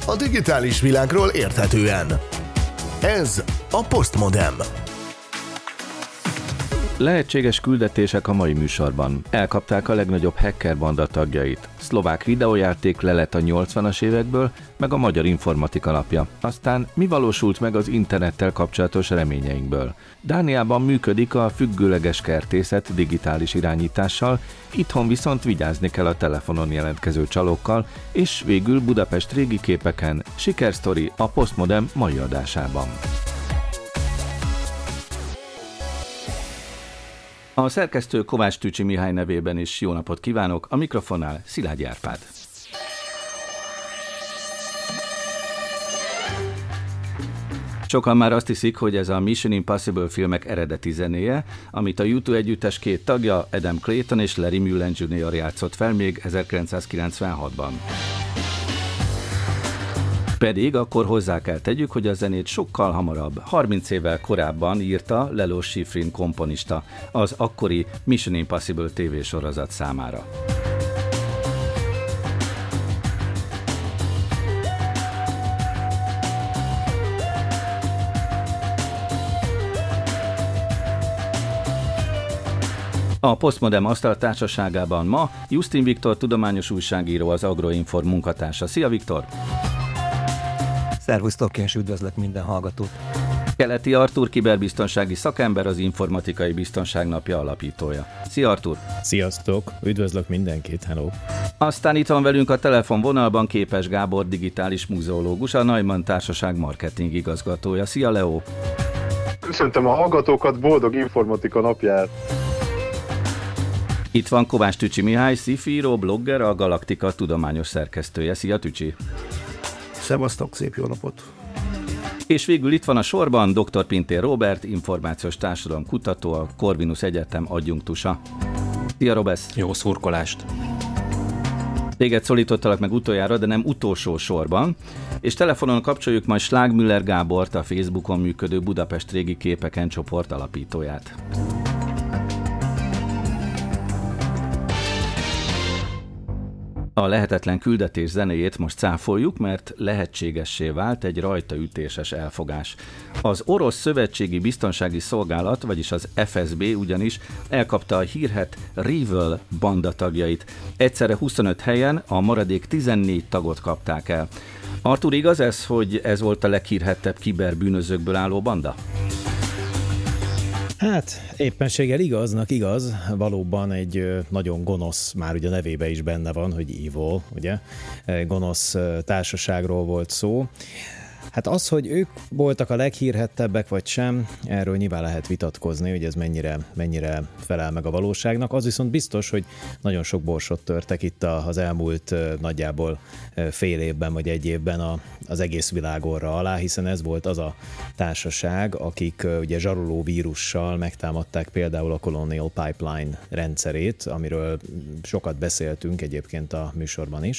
a digitális világról érthetően. Ez a Postmodem. Lehetséges küldetések a mai műsorban. Elkapták a legnagyobb hacker banda tagjait. Szlovák videójáték lelet a 80-as évekből, meg a magyar informatika napja. Aztán mi valósult meg az internettel kapcsolatos reményeinkből? Dániában működik a függőleges kertészet digitális irányítással, itthon viszont vigyázni kell a telefonon jelentkező csalókkal, és végül Budapest régi képeken sikersztori a Postmodem mai adásában. A szerkesztő Kovács Tücsi Mihály nevében is jó napot kívánok, a mikrofonnál Szilágyi Árpád. Sokan már azt hiszik, hogy ez a Mission Impossible filmek eredeti zenéje, amit a U2 együttes két tagja, Adam Clayton és Larry Mullen Jr. játszott fel még 1996-ban. Pedig akkor hozzá kell tegyük, hogy a zenét sokkal hamarabb, 30 évvel korábban írta Leló Schifrin komponista az akkori Mission Impossible tévésorozat számára. A Postmodem asztaltársaságában ma Justin Viktor tudományos újságíró, az Agroinform munkatársa. Szia Viktor! Szervusztok, és üdvözlök minden hallgatót! Keleti Artúr kiberbiztonsági szakember, az Informatikai Biztonság Napja alapítója. Szia Artúr! Sziasztok! Üdvözlök mindenkit, hello! Aztán itt van velünk a telefonvonalban Képes Gábor, digitális muzeológus, a Neumann Társaság marketing igazgatója. Szia Leo! Köszöntöm a hallgatókat, boldog Informatika napját! Itt van Kovács Tücsi Mihály, szifíró, blogger, a Galaktika tudományos szerkesztője. Szia Tücsi! Szevasztok, szép jó napot! És végül itt van a sorban dr. Pintér Róbert, információs társadalom kutató, a Corvinus Egyetem adjunktusa. Szia Robesz! Jó szurkolást! Téged szólítottalak meg utoljára, de nem utolsó sorban, és telefonon kapcsoljuk majd Schlagmüller Gábort, a Facebookon működő Budapest régi képeken csoport alapítóját. A lehetetlen küldetés zenéjét most cáfoljuk, mert lehetségessé vált egy rajtaütéses elfogás. Az Orosz Szövetségi Biztonsági Szolgálat, vagyis az FSB ugyanis elkapta a hírhedt REvil banda tagjait. Egyszerre 25 helyen a maradék 14 tagot kapták el. Artúr, igaz ez, hogy ez volt a leghírhettebb kiberbűnözőkből álló banda? Hát, éppenséggel igaz, valóban egy nagyon gonosz, már ugye a nevébe is benne van, hogy evil, ugye, gonosz társaságról volt szó. Hát az, hogy ők voltak a leghírhettebbek vagy sem, erről nyilván lehet vitatkozni, hogy ez mennyire felel meg a valóságnak. Az viszont biztos, hogy nagyon sok borsot törtek itt az elmúlt nagyjából fél évben vagy egy évben az egész világ orra alá, hiszen ez volt az a társaság, akik ugye zsaroló vírussal megtámadták például a Colonial Pipeline rendszerét, amiről sokat beszéltünk egyébként a műsorban is.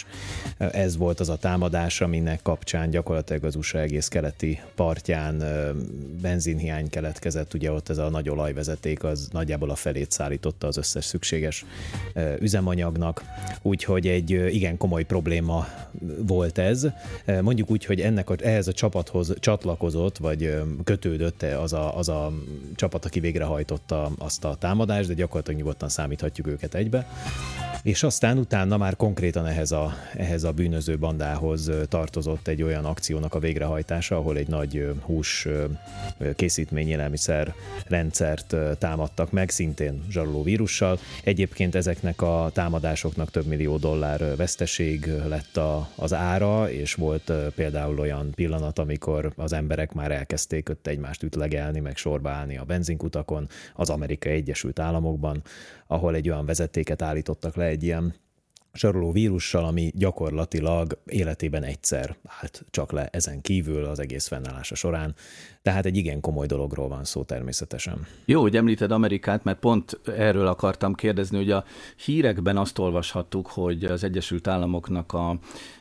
Ez volt az a támadás, aminek kapcsán gyakorlatilag az USA egész keleti partján benzinhiány keletkezett, ugye ott ez a nagy olajvezeték az nagyjából a felét szállította az összes szükséges üzemanyagnak, úgyhogy egy igen komoly probléma volt ez. Mondjuk úgy, hogy ehhez a csapathoz csatlakozott, vagy kötődött az a csapat, aki végrehajtotta azt a támadást, de gyakorlatilag nyugodtan számíthatjuk őket egybe. És aztán utána már konkrétan ehhez a bűnöző bandához tartozott egy olyan akciónak a végrehajtása, ahol egy nagy hús készítmény élelmiszer rendszert támadtak meg, szintén zsaroló vírussal. Egyébként ezeknek a támadásoknak több millió dollár veszteség lett az ára, és volt például olyan pillanat, amikor az emberek már elkezdték ott egymást ütlegelni, meg sorba állni a benzinkutakon az Amerikai Egyesült Államokban, ahol egy olyan vezetéket állítottak le egy ilyen zsaroló vírussal, ami gyakorlatilag életében egyszer állt csak le ezen kívül az egész fennállása során. Tehát egy igen komoly dologról van szó természetesen. Jó, hogy említed Amerikát, mert pont erről akartam kérdezni, hogy a hírekben azt olvashattuk, hogy az Egyesült Államoknak a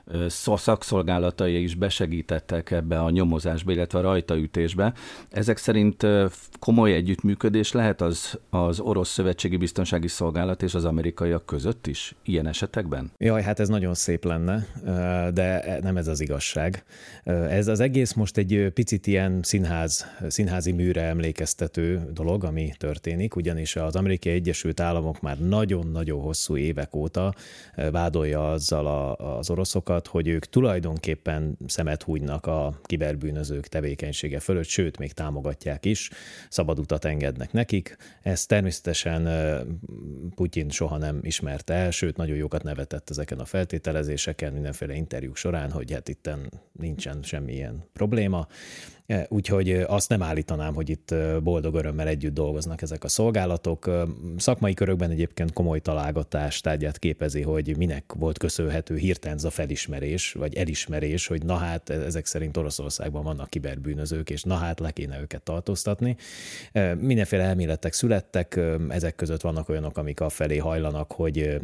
szakszolgálatai is besegítettek ebbe a nyomozásba, illetve a rajtaütésbe. Ezek szerint komoly együttműködés lehet az Orosz Szövetségi Biztonsági Szolgálat és az amerikaiak között is ilyen esetekben? években? Jaj, hát ez nagyon szép lenne, de nem ez az igazság. Ez az egész most egy picit ilyen színházi műre emlékeztető dolog, ami történik, ugyanis az Amerikai Egyesült Államok már nagyon-nagyon hosszú évek óta vádolja azzal az oroszokat, hogy ők tulajdonképpen szemet húgynak a kiberbűnözők tevékenysége fölött, sőt, még támogatják is, szabad utat engednek nekik. Ez természetesen Putyin soha nem ismerte el, sőt, nagyon jókat nevetett ezeken a feltételezéseken, mindenféle interjúk során, hogy hát itten nincsen semmilyen probléma. Úgyhogy azt nem állítanám, hogy itt boldog örömmel együtt dolgoznak ezek a szolgálatok. Szakmai körökben egyébként komoly találgatás tárgyát képezi, hogy minek volt köszönhető hirtelen ez a felismerés, vagy elismerés, hogy na hát ezek szerint Oroszországban vannak kiberbűnözők, és na hát le kéne őket tartóztatni. Mindenféle elméletek születtek, ezek között vannak olyanok, amik afelé hajlanak, hogy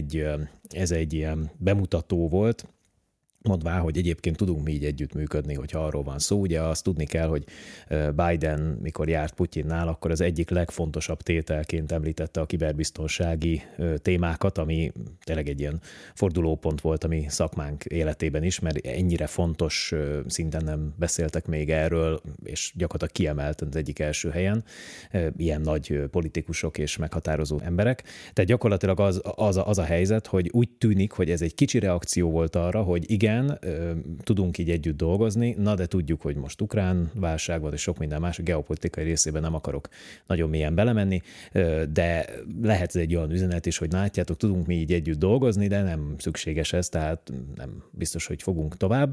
ez egy ilyen bemutató volt, mondvá, hogy egyébként tudunk mi így együttműködni, hogyha arról van szó. Ugye azt tudni kell, hogy Biden, mikor járt Putyinnál, akkor az egyik legfontosabb tételként említette a kiberbiztonsági témákat, ami tényleg egy ilyen fordulópont volt a mi szakmánk életében is, mert ennyire fontos szinten nem beszéltek még erről, és gyakorlatilag kiemelt az egyik első helyen ilyen nagy politikusok és meghatározó emberek. Tehát gyakorlatilag az a helyzet, hogy úgy tűnik, hogy ez egy kicsi reakció volt arra, hogy igen, tudunk így együtt dolgozni, na de tudjuk, hogy most ukrán válság van, és sok minden más, a geopolitikai részében nem akarok nagyon mélyen belemenni, de lehet ez egy olyan üzenet is, hogy látjátok, tudunk mi így együtt dolgozni, de nem szükséges ez, tehát nem biztos, hogy fogunk tovább.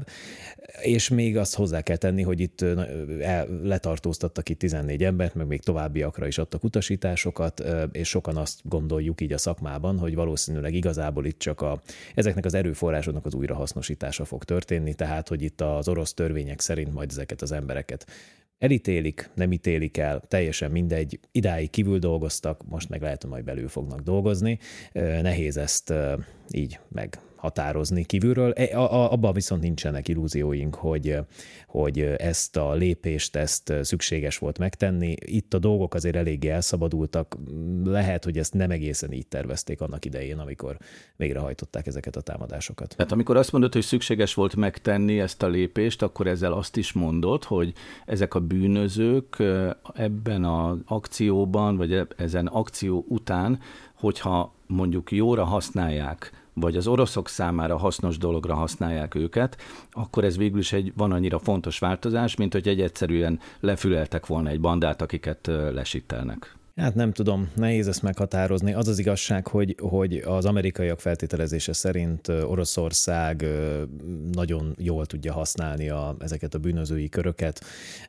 És még azt hozzá kell tenni, hogy itt letartóztattak itt 14 embert, meg még továbbiakra is adtak utasításokat, és sokan azt gondoljuk így a szakmában, hogy valószínűleg igazából itt csak ezeknek az erőforrásoknak az újrahasznosítása fog történni, tehát hogy itt az orosz törvények szerint majd ezeket az embereket elítélik, nem ítélik el, teljesen mindegy, idáig kívül dolgoztak, most meg lehet, hogy majd belül fognak dolgozni. Nehéz ezt így meghatározni kívülről. Abban viszont nincsenek illúzióink, hogy ezt a lépést, ezt szükséges volt megtenni. Itt a dolgok azért eléggé elszabadultak. Lehet, hogy ezt nem egészen így tervezték annak idején, amikor végrehajtották ezeket a támadásokat. Tehát amikor azt mondod, hogy szükséges volt megtenni ezt a lépést, akkor ezzel azt is mondod, hogy ezek a bűnözők ebben az akcióban, vagy ezen akció után, hogyha mondjuk jóra használják, vagy az oroszok számára hasznos dologra használják őket, akkor ez végül is van annyira fontos változás, mint hogy egyszerűen lefüleltek volna egy bandát, akiket lesittelnek. Hát nem tudom, nehéz ezt meghatározni. Az az igazság, hogy az amerikaiak feltételezése szerint Oroszország nagyon jól tudja használni ezeket a bűnözői köröket.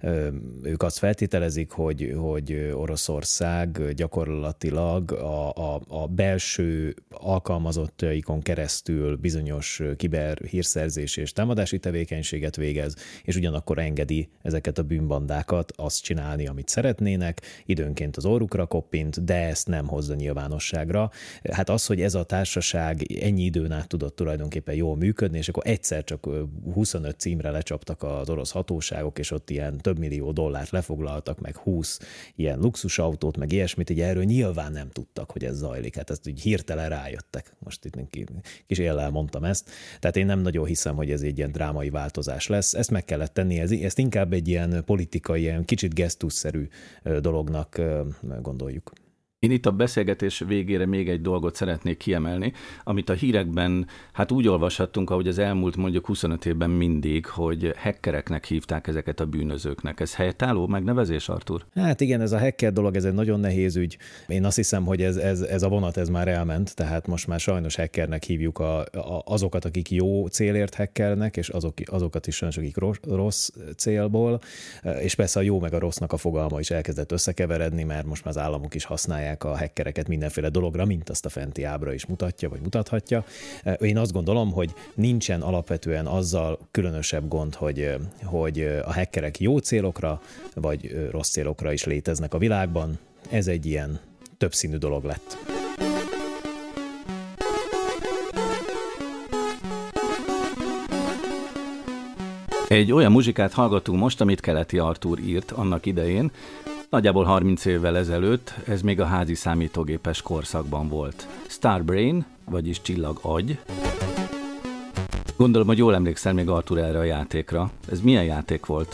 Ők azt feltételezik, hogy Oroszország gyakorlatilag a belső alkalmazottaikon keresztül bizonyos kiberhírszerzés és támadási tevékenységet végez, és ugyanakkor engedi ezeket a bűnbandákat azt csinálni, amit szeretnének, időnként az orrukra koppint, de ezt nem hozza nyilvánosságra. Hát az, hogy ez a társaság ennyi időn át tudott tulajdonképpen jól működni, és akkor egyszer csak 25 címre lecsaptak az orosz hatóságok, és ott ilyen több millió dollárt lefoglaltak, meg 20 ilyen luxusautót, meg ilyesmit, így erről nyilván nem tudtak, hogy ez zajlik. Hát ezt úgy hirtelen rájöttek. Most itt kis éllel mondtam ezt. Tehát én nem nagyon hiszem, hogy ez egy ilyen drámai változás lesz. Ezt meg kellett tenni, ezt inkább egy ilyen politikai, ilyen kicsit gesztusszerű dolognak gondoljuk. Én itt a beszélgetés végére még egy dolgot szeretnék kiemelni, amit a hírekben hát úgy olvashattunk, ahogy az elmúlt mondjuk 25 évben mindig, hogy hackereknek hívták ezeket a bűnözőknek. Ez helytálló megnevezés, Artúr? Hát igen, ez a hacker dolog, ez egy nagyon nehéz ügy. Én azt hiszem, hogy ez a vonat ez már elment, tehát most már sajnos hackernek hívjuk azokat, akik jó célért hackernek, és azokat is sajnos, akik rossz célból, és persze a jó meg a rossznak a fogalma is elkezdett összekeveredni, mert most már az államok is használják a hackereket mindenféle dologra, mint azt a fenti ábra is mutatja, vagy mutathatja. Én azt gondolom, hogy nincsen alapvetően azzal különösebb gond, hogy a hackerek jó célokra, vagy rossz célokra is léteznek a világban. Ez egy ilyen többszínű dolog lett. Egy olyan muzsikát hallgatunk most, amit Keleti Artúr írt annak idején, Nagyjából 30 évvel ezelőtt ez még a házi számítógépes korszakban volt. Starbrain, vagyis csillagy. Gondolom, hogy jól emlékszel még Artur erre a játékra. Ez milyen játék volt?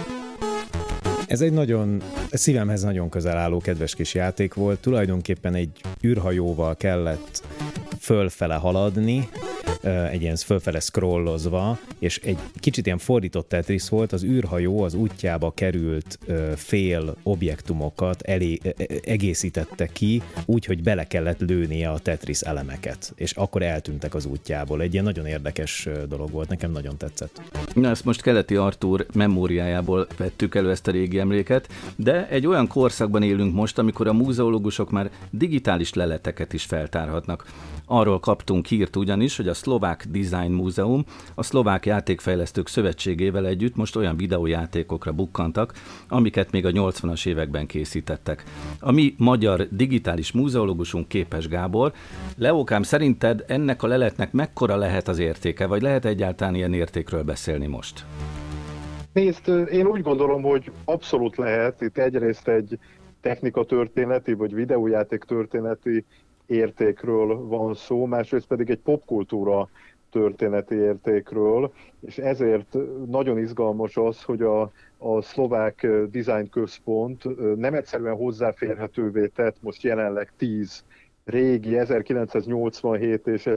Ez egy szívemhez nagyon közel álló kedves kis játék volt. Tulajdonképpen egy űrhajóval kellett fölfele haladni, egy ilyen fölfele scrollozva, és egy kicsit ilyen fordított Tetris volt, az űrhajó az útjába került fél objektumokat egészítette ki, úgy, hogy bele kellett lőnie a Tetris elemeket, és akkor eltűntek az útjából. Egy ilyen nagyon érdekes dolog volt, nekem nagyon tetszett. Na, ezt most Keleti Artúr memóriájából vettük elő ezt a régi emléket, de egy olyan korszakban élünk most, amikor a múzeológusok már digitális leleteket is feltárhatnak. Arról kaptunk hírt ugyanis, hogy a Szlovák Design Múzeum a Szlovák Játékfejlesztők Szövetségével együtt most olyan videójátékokra bukkantak, amiket még a 80-as években készítettek. A mi magyar digitális múzeológusunk Képes Gábor. Leókám, szerinted ennek a leletnek mekkora lehet az értéke, vagy lehet egyáltalán ilyen értékről beszélni most? Nézd, én úgy gondolom, hogy abszolút lehet. Itt egyrészt egy technikatörténeti vagy videójáték történeti értékről van szó, másrészt pedig egy popkultúra történeti értékről, és ezért nagyon izgalmas az, hogy a szlovák design központ nem egyszerűen hozzáférhetővé tett most jelenleg 10 régi 1987 és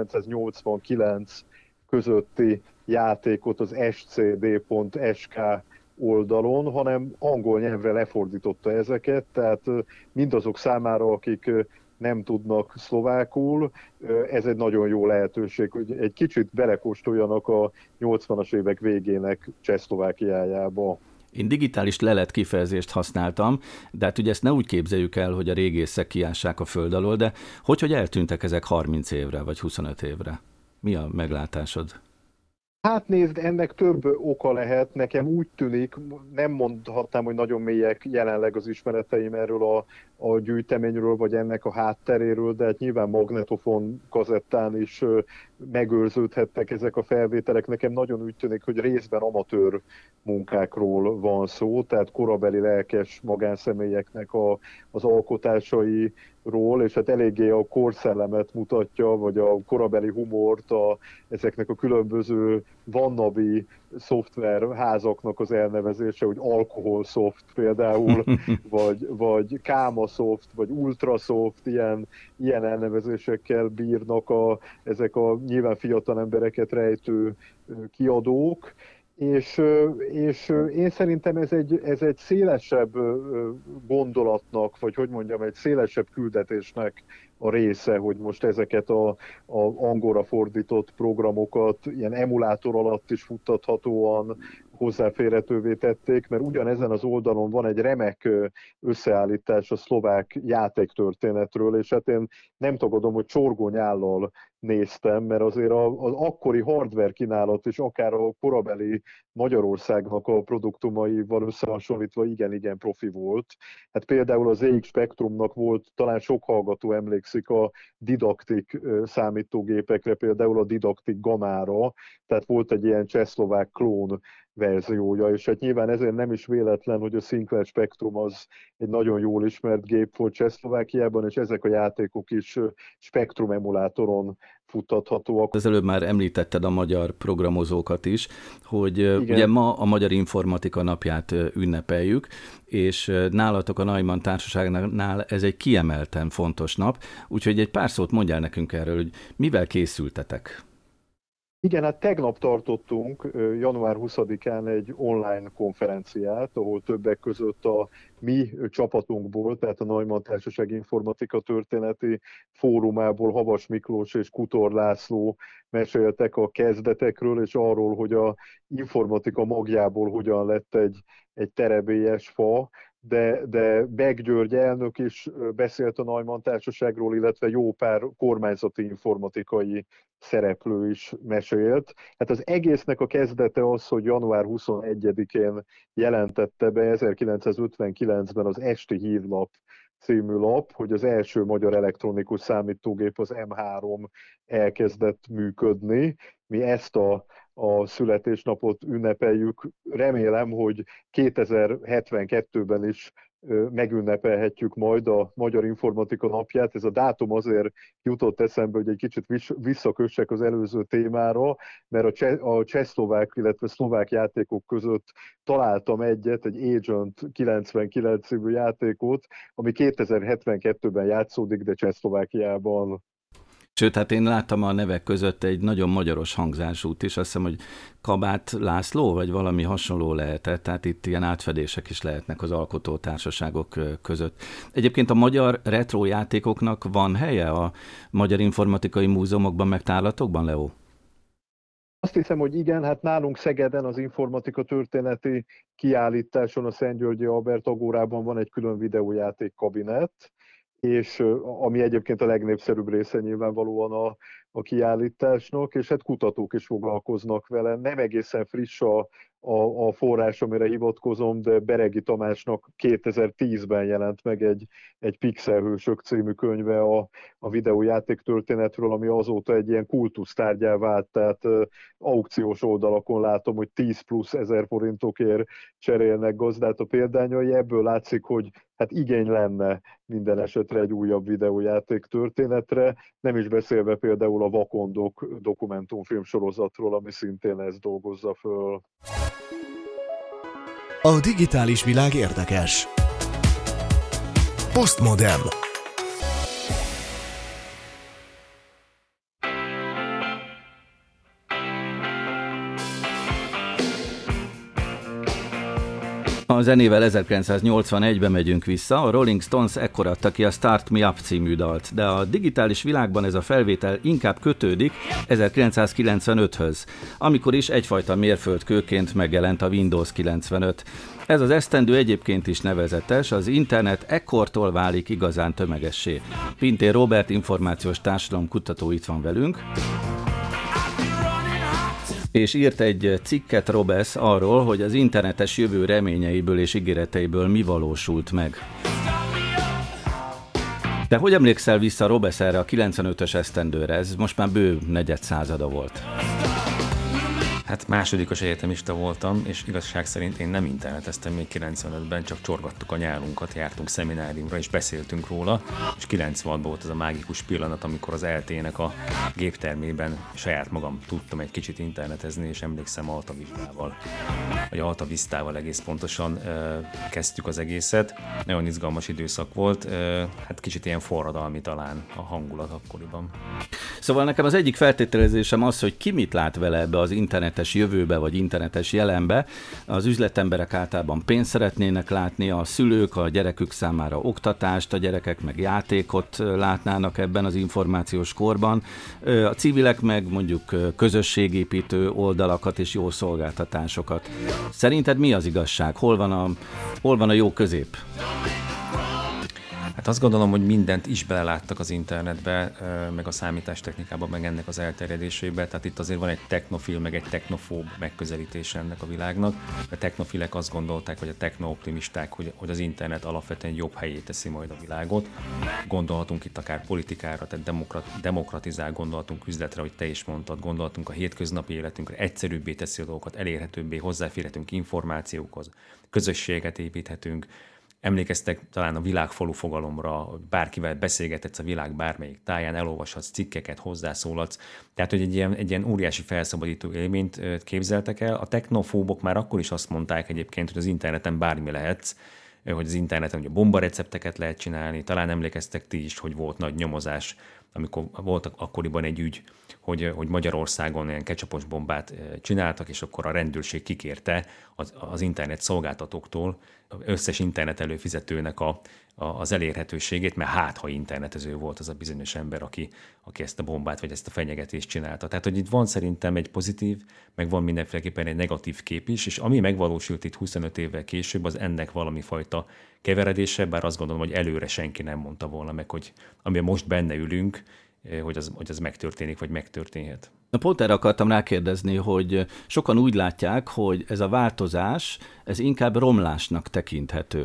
1989 közötti játékot az scd.sk oldalon, hanem angol nyelvre lefordította ezeket, tehát mindazok számára, akik nem tudnak szlovákul, ez egy nagyon jó lehetőség, hogy egy kicsit belekóstoljanak a 80-as évek végének Csehszlovákiájába. Én digitális lelet kifejezést használtam, de hát ugye ezt ne úgy képzeljük el, hogy a régészek kiássák a föld alól, de hogy eltűntek ezek 30 évre, vagy 25 évre? Mi a meglátásod? Hát nézd, ennek több oka lehet. Nekem úgy tűnik, nem mondhatnám, hogy nagyon mélyek jelenleg az ismereteim erről a gyűjteményről, vagy ennek a hátteréről, de hát nyilván magnetofon kazettán is megőrződhettek ezek a felvételek. Nekem nagyon úgy tűnik, hogy részben amatőr munkákról van szó, tehát korabeli lelkes magánszemélyeknek az alkotásairól, és hát eléggé a korszellemet mutatja, vagy a korabeli humort, ezeknek a különböző vannabi szoftverházaknak az elnevezése, hogy Alkoholsoft például, vagy Kámaszoft, vagy Ultrasoft, ilyen elnevezésekkel bírnak ezek a nyilván fiatal embereket rejtő kiadók, és én szerintem ez egy szélesebb gondolatnak, vagy hogy mondjam, egy szélesebb küldetésnek a része, hogy most ezeket a angolra fordított programokat ilyen emulátor alatt is futtathatóan hozzáférhetővé tették, mert ugyanezen az oldalon van egy remek összeállítás a szlovák játéktörténetről, és hát én nem tagadom, hogy csorgónyállal néztem, mert azért az akkori hardware kínálat és akár a korabeli Magyarországnak a produktumaival összehasonlítva igen profi volt. Hát például az ZX Spectrumnak volt, talán sok hallgató emlékszik a didaktik számítógépekre, például a didaktik Gamára, tehát volt egy ilyen csehszlovák klón verziója, és hát nyilván ezért nem is véletlen, hogy a Sinclair Spectrum az egy nagyon jól ismert gép volt Csehszlovákiában, és ezek a játékok is Spectrum emulátoron futtathatóak. Az előbb már említetted a magyar programozókat is, hogy ugye ma a Magyar Informatika Napját ünnepeljük, és nálatok a Neumann Társaságnál ez egy kiemelten fontos nap, úgyhogy egy pár szót mondjál nekünk erről, hogy mivel készültetek? Igen, hát tegnap tartottunk január 20-án egy online konferenciát, ahol többek között a mi csapatunkból, tehát a Neumann Társaság Informatika Történeti Fórumából Havas Miklós és Kutor László meséltek a kezdetekről, és arról, hogy a informatika magjából hogyan lett egy terebélyes fa, de Beck György elnök is beszélt a Neumann Társaságról, illetve jó pár kormányzati informatikai szereplő is mesélt. Hát az egésznek a kezdete az, hogy január 21-én jelentette be 1959-ben az Esti Hírlap című lap, hogy az első magyar elektronikus számítógép, az M3 elkezdett működni. Mi ezt a születésnapot ünnepeljük. Remélem, hogy 2072-ben is megünnepelhetjük majd a Magyar Informatika Napját. Ez a dátum azért jutott eszembe, hogy egy kicsit visszakössek az előző témára, mert a csehszlovák, illetve szlovák játékok között találtam egy Agent 99 című játékot, ami 2072-ben játszódik, de Csehszlovákiában. Sőt, hát én láttam a nevek között egy nagyon magyaros hangzásút is, azt hiszem, hogy Kabát László, vagy valami hasonló lehetett, tehát itt ilyen átfedések is lehetnek az alkotótársaságok között. Egyébként a magyar retro játékoknak van helye a Magyar Informatikai Múzeumokban, meg tárlatokban, Leo? Azt hiszem, hogy igen, hát nálunk Szegeden az informatika történeti kiállításon a Szentgyörgyi Albert Agórában van egy külön videójáték kabinet, és ami egyébként a legnépszerűbb része nyilvánvalóan a kiállításnak, és hát kutatók is foglalkoznak vele. Nem egészen friss a forrás, amire hivatkozom, de Beregi Tamásnak 2010-ben jelent meg egy Pixelhősök című könyve a videójáték történetről, ami azóta egy ilyen kultusztárgyá vált, tehát aukciós oldalakon látom, hogy 10 plusz 1000 forintokért cserélnek gazdát a példányai. Ebből látszik, hogy hát igény lenne minden esetre egy újabb videójáték történetre, nem is beszélve például a Vakondok dokumentumfilm sorozatról, ami szintén ezt dolgozza föl. A digitális világ érdekes. Postmodern. A zenével 1981-ben megyünk vissza, a Rolling Stones ekkor adta ki a Start Me Up című dalt, de a digitális világban ez a felvétel inkább kötődik 1995-höz, amikor is egyfajta mérföldkőként megjelent a Windows 95. Ez az esztendő egyébként is nevezetes, az internet ekkortól válik igazán tömegessé. Pintér Róbert információs társadalomkutató itt van velünk, és írt egy cikket Robesz arról, hogy az internetes jövő reményeiből és ígéreteiből mi valósult meg. De hogy emlékszel vissza, Robesz, erre a 95-ös esztendőre? Ez most már bő negyed százada volt. Hát másodikos egyetemista voltam, és igazság szerint én nem interneteztem még 95-ben, csak csorgattuk a nyálunkat, jártunk szemináriumra, és beszéltünk róla, és 96-ban volt ez a mágikus pillanat, amikor az LTE-nek a géptermében saját magam tudtam egy kicsit internetezni, és emlékszem Altavistával, vagy Altavisztával egész pontosan kezdtük az egészet. Nagyon izgalmas időszak volt, hát kicsit ilyen forradalmi talán a hangulat akkoriban. Szóval nekem az egyik feltételezésem az, hogy ki mit lát vele ebbe az internetes jövőbe, vagy internetes jelenbe. Az üzletemberek általában pénzt szeretnének látni, a szülők a gyerekük számára oktatást, a gyerekek meg játékot látnának ebben az információs korban. A civilek meg mondjuk közösségépítő oldalakat és jó szolgáltatásokat. Szerinted mi az igazság? Hol van a jó közép? Hát azt gondolom, hogy mindent is beleláttak az internetbe, meg a számítástechnikába, meg ennek az elterjedésébe. Tehát itt azért van egy technofil, meg egy technofób megközelítése ennek a világnak. A technofilek azt gondolták, vagy a technooptimisták, hogy az internet alapvetően jobb helyé teszi majd a világot. Gondolhatunk itt akár politikára, tehát demokratizál, gondolhatunk üzletre, hogy te is mondtad, gondolhatunk a hétköznapi életünkre, egyszerűbbé teszi a dolgokat, elérhetőbbé, hozzáférhetünk információkhoz, közösséget építhetünk. Emlékeztek talán a világfalu fogalomra, bárkivel beszélgethetsz a világ bármelyik táján, elolvashatsz cikkeket, hozzászólhatsz. Tehát, hogy egy ilyen óriási felszabadító élményt képzeltek el. A technofóbok már akkor is azt mondták egyébként, hogy az interneten bármi lehetsz, hogy az interneten ugye bombarecepteket lehet csinálni. Talán emlékeztek ti is, hogy volt nagy nyomozás, amikor volt akkoriban egy ügy, hogy Magyarországon ilyen ketchupos bombát csináltak, és akkor a rendőrség kikérte az internet szolgáltatóktól összes internet előfizetőnek az elérhetőségét, mert ha internetező volt az a bizonyos ember, aki ezt a bombát vagy ezt a fenyegetést csinálta. Tehát, hogy itt van szerintem egy pozitív, meg van mindenféleképpen egy negatív kép is, és ami megvalósult itt 25 évvel később, az ennek valami fajta keveredése, bár azt gondolom, hogy előre senki nem mondta volna meg, hogy amiben most benne ülünk, hogy az megtörténik, vagy megtörténhet. Pont erre akartam rákérdezni, hogy sokan úgy látják, hogy ez a változás, ez inkább romlásnak tekinthető.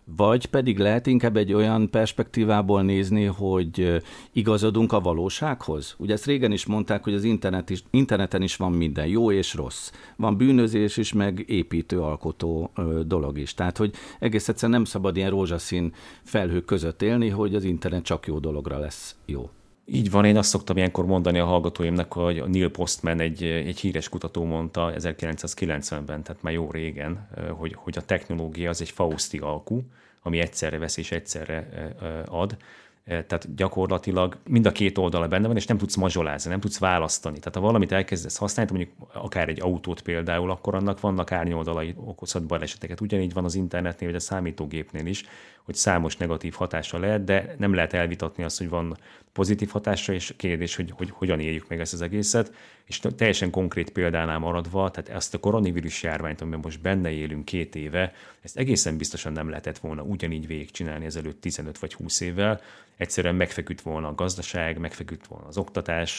Vagy pedig lehet inkább egy olyan perspektívából nézni, hogy igazodunk a valósághoz? Ugye ezt régen is mondták, hogy az interneten is van minden, jó és rossz. Van bűnözés is, meg építő, alkotó dolog is. Tehát, hogy egész egyszerűen nem szabad ilyen rózsaszín felhők között élni, hogy az internet csak jó dologra lesz jó. Így van, én azt szoktam ilyenkor mondani a hallgatóimnak, hogy a Neil Postman egy híres kutató mondta 1990-ben, tehát már jó régen, hogy a technológia az egy fauszti alkú, ami egyszerre vesz és egyszerre ad. Tehát gyakorlatilag mind a két oldala benne van, és nem tudsz mazsolázni, nem tudsz választani. Tehát ha valamit elkezdesz használni, mondjuk akár egy autót például, akkor annak vannak árnyoldalai, okozhat baleseteket. Ugyanígy van az internetnél, vagy a számítógépnél is, hogy számos negatív hatása lehet, de nem lehet elvitatni azt, hogy van pozitív hatása, és kérdés, hogy hogyan éljük meg ezt az egészet. És teljesen konkrét példánál maradva, tehát ezt a koronavírus járványt, amiben most benne élünk 2 éve, ezt egészen biztosan nem lehetett volna ugyanígy végigcsinálni ezelőtt 15 vagy 20 évvel. Egyszerűen megfeküdt volna a gazdaság, megfeküdt volna az oktatás,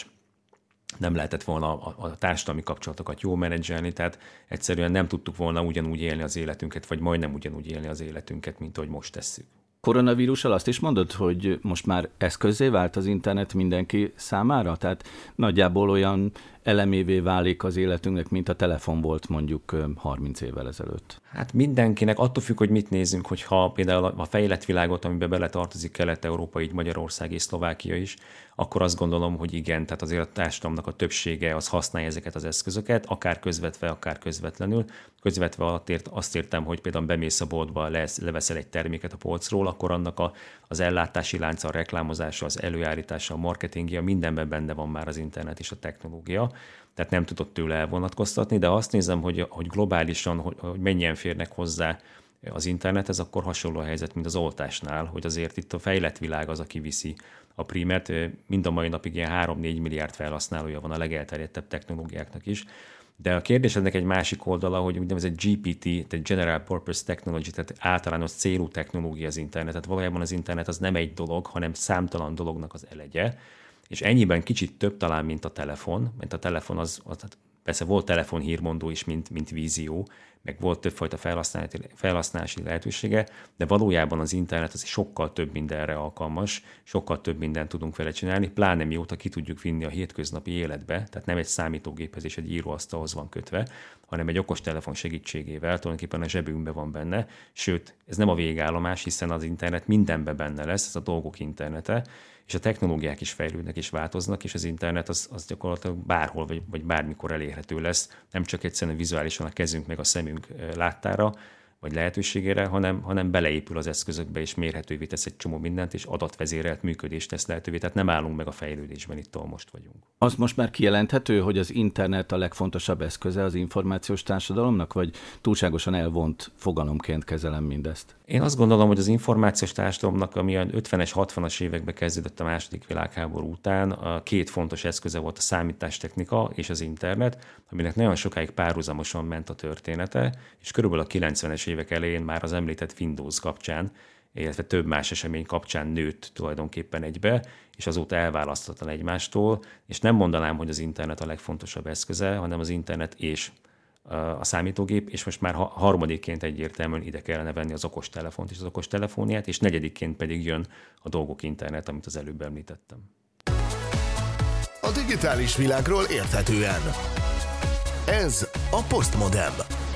nem lehetett volna a társadalmi kapcsolatokat jól menedzselni, tehát egyszerűen nem tudtuk volna ugyanúgy élni az életünket, vagy majdnem ugyanúgy élni az életünket, mint ahogy most tesszük. Koronavírussal azt is mondod, hogy most már eszközzé vált az internet mindenki számára? Tehát nagyjából olyan elemévé válik az életünknek, mint a telefon volt mondjuk 30 évvel ezelőtt. Hát mindenkinek attól függ, hogy mit nézzünk, hogyha például a fejlett világot, amiben beletartozik Kelet-Európa, így Magyarország és Szlovákia is, akkor azt gondolom, hogy igen, tehát azért a társadalomnak a többsége az használja ezeket az eszközöket, akár közvetve, akár közvetlenül. Közvetve azt értem, hogy például bemész a boltba, leveszel egy terméket a polcról, akkor annak az ellátási lánca, a reklámozása, az előállítása, a marketingje, mindenben benne van már az internet és a technológia, tehát nem tudod tőle elvonatkoztatni, de azt nézem, hogy globálisan, hogy mennyien férnek hozzá az internethez, akkor hasonló a helyzet, mint az oltásnál, hogy azért itt a fejlett világ az, aki viszi a prímet. Mind a mai napig ilyen 3-4 milliárd felhasználója van a legelterjedtebb technológiáknak is. De a kérdésednek egy másik oldala, hogy úgynevezett GPT, tehát General Purpose Technology, tehát általános célú technológia az internet. Tehát valójában az internet az nem egy dolog, hanem számtalan dolognak az elegye. És ennyiben kicsit több talán, mint a telefon, mert a telefon az persze volt telefonhírmondó is, mint vízió, meg volt többfajta felhasználási lehetősége, de valójában az internet az sokkal több mindenre alkalmas, sokkal több mindent tudunk vele csinálni, pláne mióta ki tudjuk vinni a hétköznapi életbe, tehát nem egy számítógéphez és egy íróasztalhoz van kötve, hanem egy okostelefon segítségével tulajdonképpen a zsebünkben van benne, sőt, ez nem a végállomás, hiszen az internet mindenben benne lesz, ez a dolgok internete, és a technológiák is fejlődnek és változnak, és az internet az gyakorlatilag bárhol vagy bármikor elérhető lesz, nem csak egyszerűen vizuálisan a kezünk meg a szemünk láttára, vagy lehetőségére, hanem beleépül az eszközökbe, és mérhetővé tesz egy csomó mindent, és adatvezérelt működést tesz lehetővé, tehát nem állunk meg a fejlődésben, itt ahol most vagyunk. Az most már kijelenthető, hogy az internet a legfontosabb eszköze az információs társadalomnak, vagy túlságosan elvont fogalomként kezelem mindezt? Én azt gondolom, hogy az információs társadalomnak, ami a 50-es, 60-as években kezdődött a második világháború után, a 2 fontos eszköze volt a számítástechnika és az internet, aminek nagyon sokáig párhuzamosan ment a története, és körülbelül a 90-es évek elején már az említett Windows kapcsán, illetve több más esemény kapcsán nőtt tulajdonképpen egybe, és azóta elválaszthatatlan egymástól, és nem mondanám, hogy az internet a legfontosabb eszköze, hanem az internet és a számítógép, és most már harmadikként egyértelműen ide kellene venni az okostelefont és az okostelefóniát, és negyedikként pedig jön a dolgok internet, amit az előbb említettem. A digitális világról érthetően. Ez a Postmodem.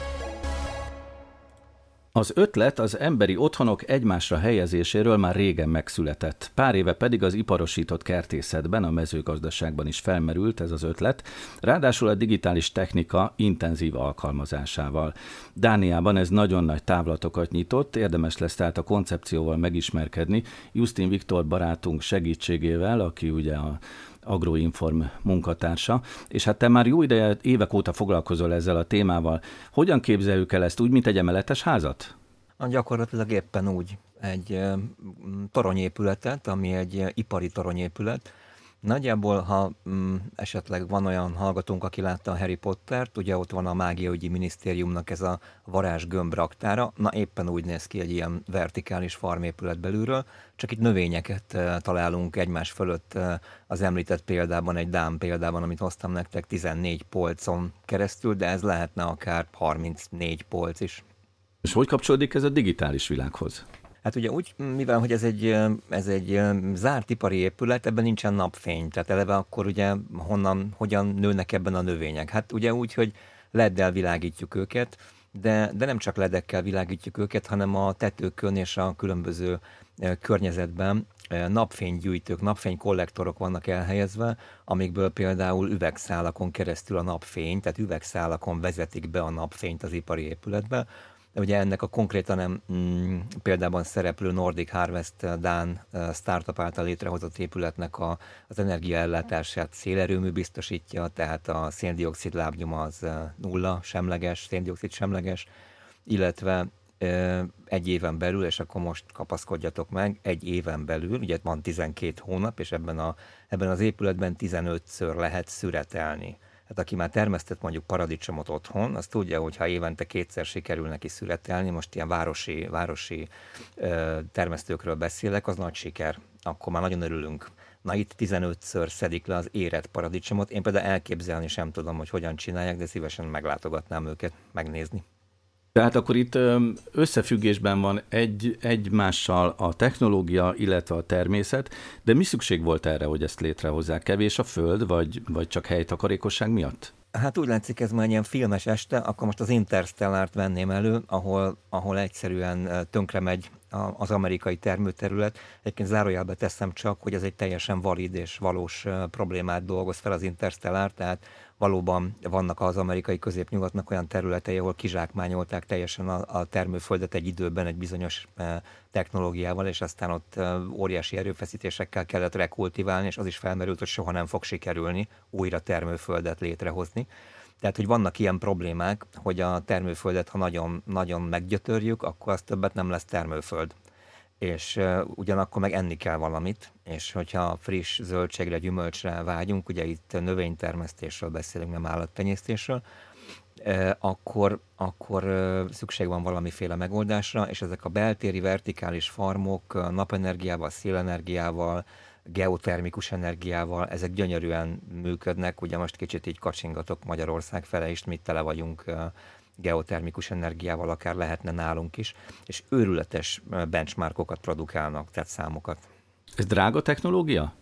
Az ötlet az emberi otthonok egymásra helyezéséről már régen megszületett. Pár éve pedig az iparosított kertészetben, a mezőgazdaságban is felmerült ez az ötlet, ráadásul a digitális technika intenzív alkalmazásával. Dániában ez nagyon nagy távlatokat nyitott, érdemes lesz tehát a koncepcióval megismerkedni Justin Viktor barátunk segítségével, aki ugye a Agroinform munkatársa, és hát te már jó ideje, évek óta foglalkozol ezzel a témával. Hogyan képzeljük el ezt, úgy, mint egy emeletes házat? Gyakorlatilag éppen úgy. Egy toronyépületet, ami egy ipari toronyépület. Nagyjából, ha esetleg van olyan hallgatónk, aki látta a Harry Pottert, ugye ott van a mágiaügyi minisztériumnak ez a varázsgömb raktára, na éppen úgy néz ki egy ilyen vertikális farmépület belülről, csak itt növényeket találunk egymás fölött az említett példában, egy dán példában, amit hoztam nektek 14 polcon keresztül, de ez lehetne akár 34 polc is. És hogy kapcsolódik ez a digitális világhoz? Hát ugye úgy, mivel hogy ez egy zárt ipari épület, ebben nincsen napfény, tehát eleve akkor ugye hogyan nőnek ebben a növények? Hát ugye úgy, hogy LED-del világítjuk őket, de nem csak LED-ekkel világítjuk őket, hanem a tetőkön és a különböző környezetben napfénygyűjtők, napfénykollektorok vannak elhelyezve, amikből például üvegszálakon keresztül a napfény, tehát üvegszálakon vezetik be a napfényt az ipari épületbe. De ugye ennek a konkrétan példában szereplő Nordic Harvest dán startup által létrehozott épületnek az energiaellátását szélerőmű biztosítja, tehát a széndioxid lábnyoma az nulla semleges, széndioxid semleges, illetve egy éven belül, és akkor most kapaszkodjatok meg, egy éven belül, ugye van 12 hónap, és ebben az épületben 15-ször lehet szüretelni. Hát aki már termesztett mondjuk paradicsomot otthon, az tudja, hogy ha évente 2-szer sikerül neki szüretelni, most ilyen városi termesztőkről beszélek, az nagy siker. Akkor már nagyon örülünk. Na itt 15-ször szedik le az érett paradicsomot. Én például elképzelni sem tudom, hogy hogyan csinálják, de szívesen meglátogatnám őket, megnézni. Tehát akkor itt összefüggésben van egymással a technológia, illetve a természet, de mi szükség volt erre, hogy ezt létrehozzák? Kevés a föld, vagy csak helytakarékosság miatt? Hát úgy látszik, ez már ilyen filmes este, akkor most az Interstellárt venném elő, ahol egyszerűen tönkre megy az amerikai termőterület. Egyébként zárójelbe teszem csak, hogy ez egy teljesen valid és valós problémát dolgoz fel az Interstellár, tehát valóban vannak az amerikai középnyugatnak olyan területei, ahol kizsákmányolták teljesen a termőföldet egy időben egy bizonyos technológiával, és aztán ott óriási erőfeszítésekkel kellett rekultiválni, és az is felmerült, hogy soha nem fog sikerülni újra termőföldet létrehozni. Tehát, hogy vannak ilyen problémák, hogy a termőföldet, ha nagyon, nagyon meggyötörjük, akkor az többet nem lesz termőföld. És ugyanakkor meg enni kell valamit, és hogyha friss zöldségre, gyümölcsre vágyunk, ugye itt növénytermesztésről beszélünk, nem állattenyésztésről, akkor szükség van valamiféle megoldásra, és ezek a beltéri vertikális farmok napenergiával, szélenergiával, geotermikus energiával, ezek gyönyörűen működnek. Ugye most kicsit így kacsingatok Magyarország fele is, mit tele vagyunk geotermikus energiával, akár lehetne nálunk is, és őrületes benchmarkokat produkálnak, tehát számokat. Ez drága technológia?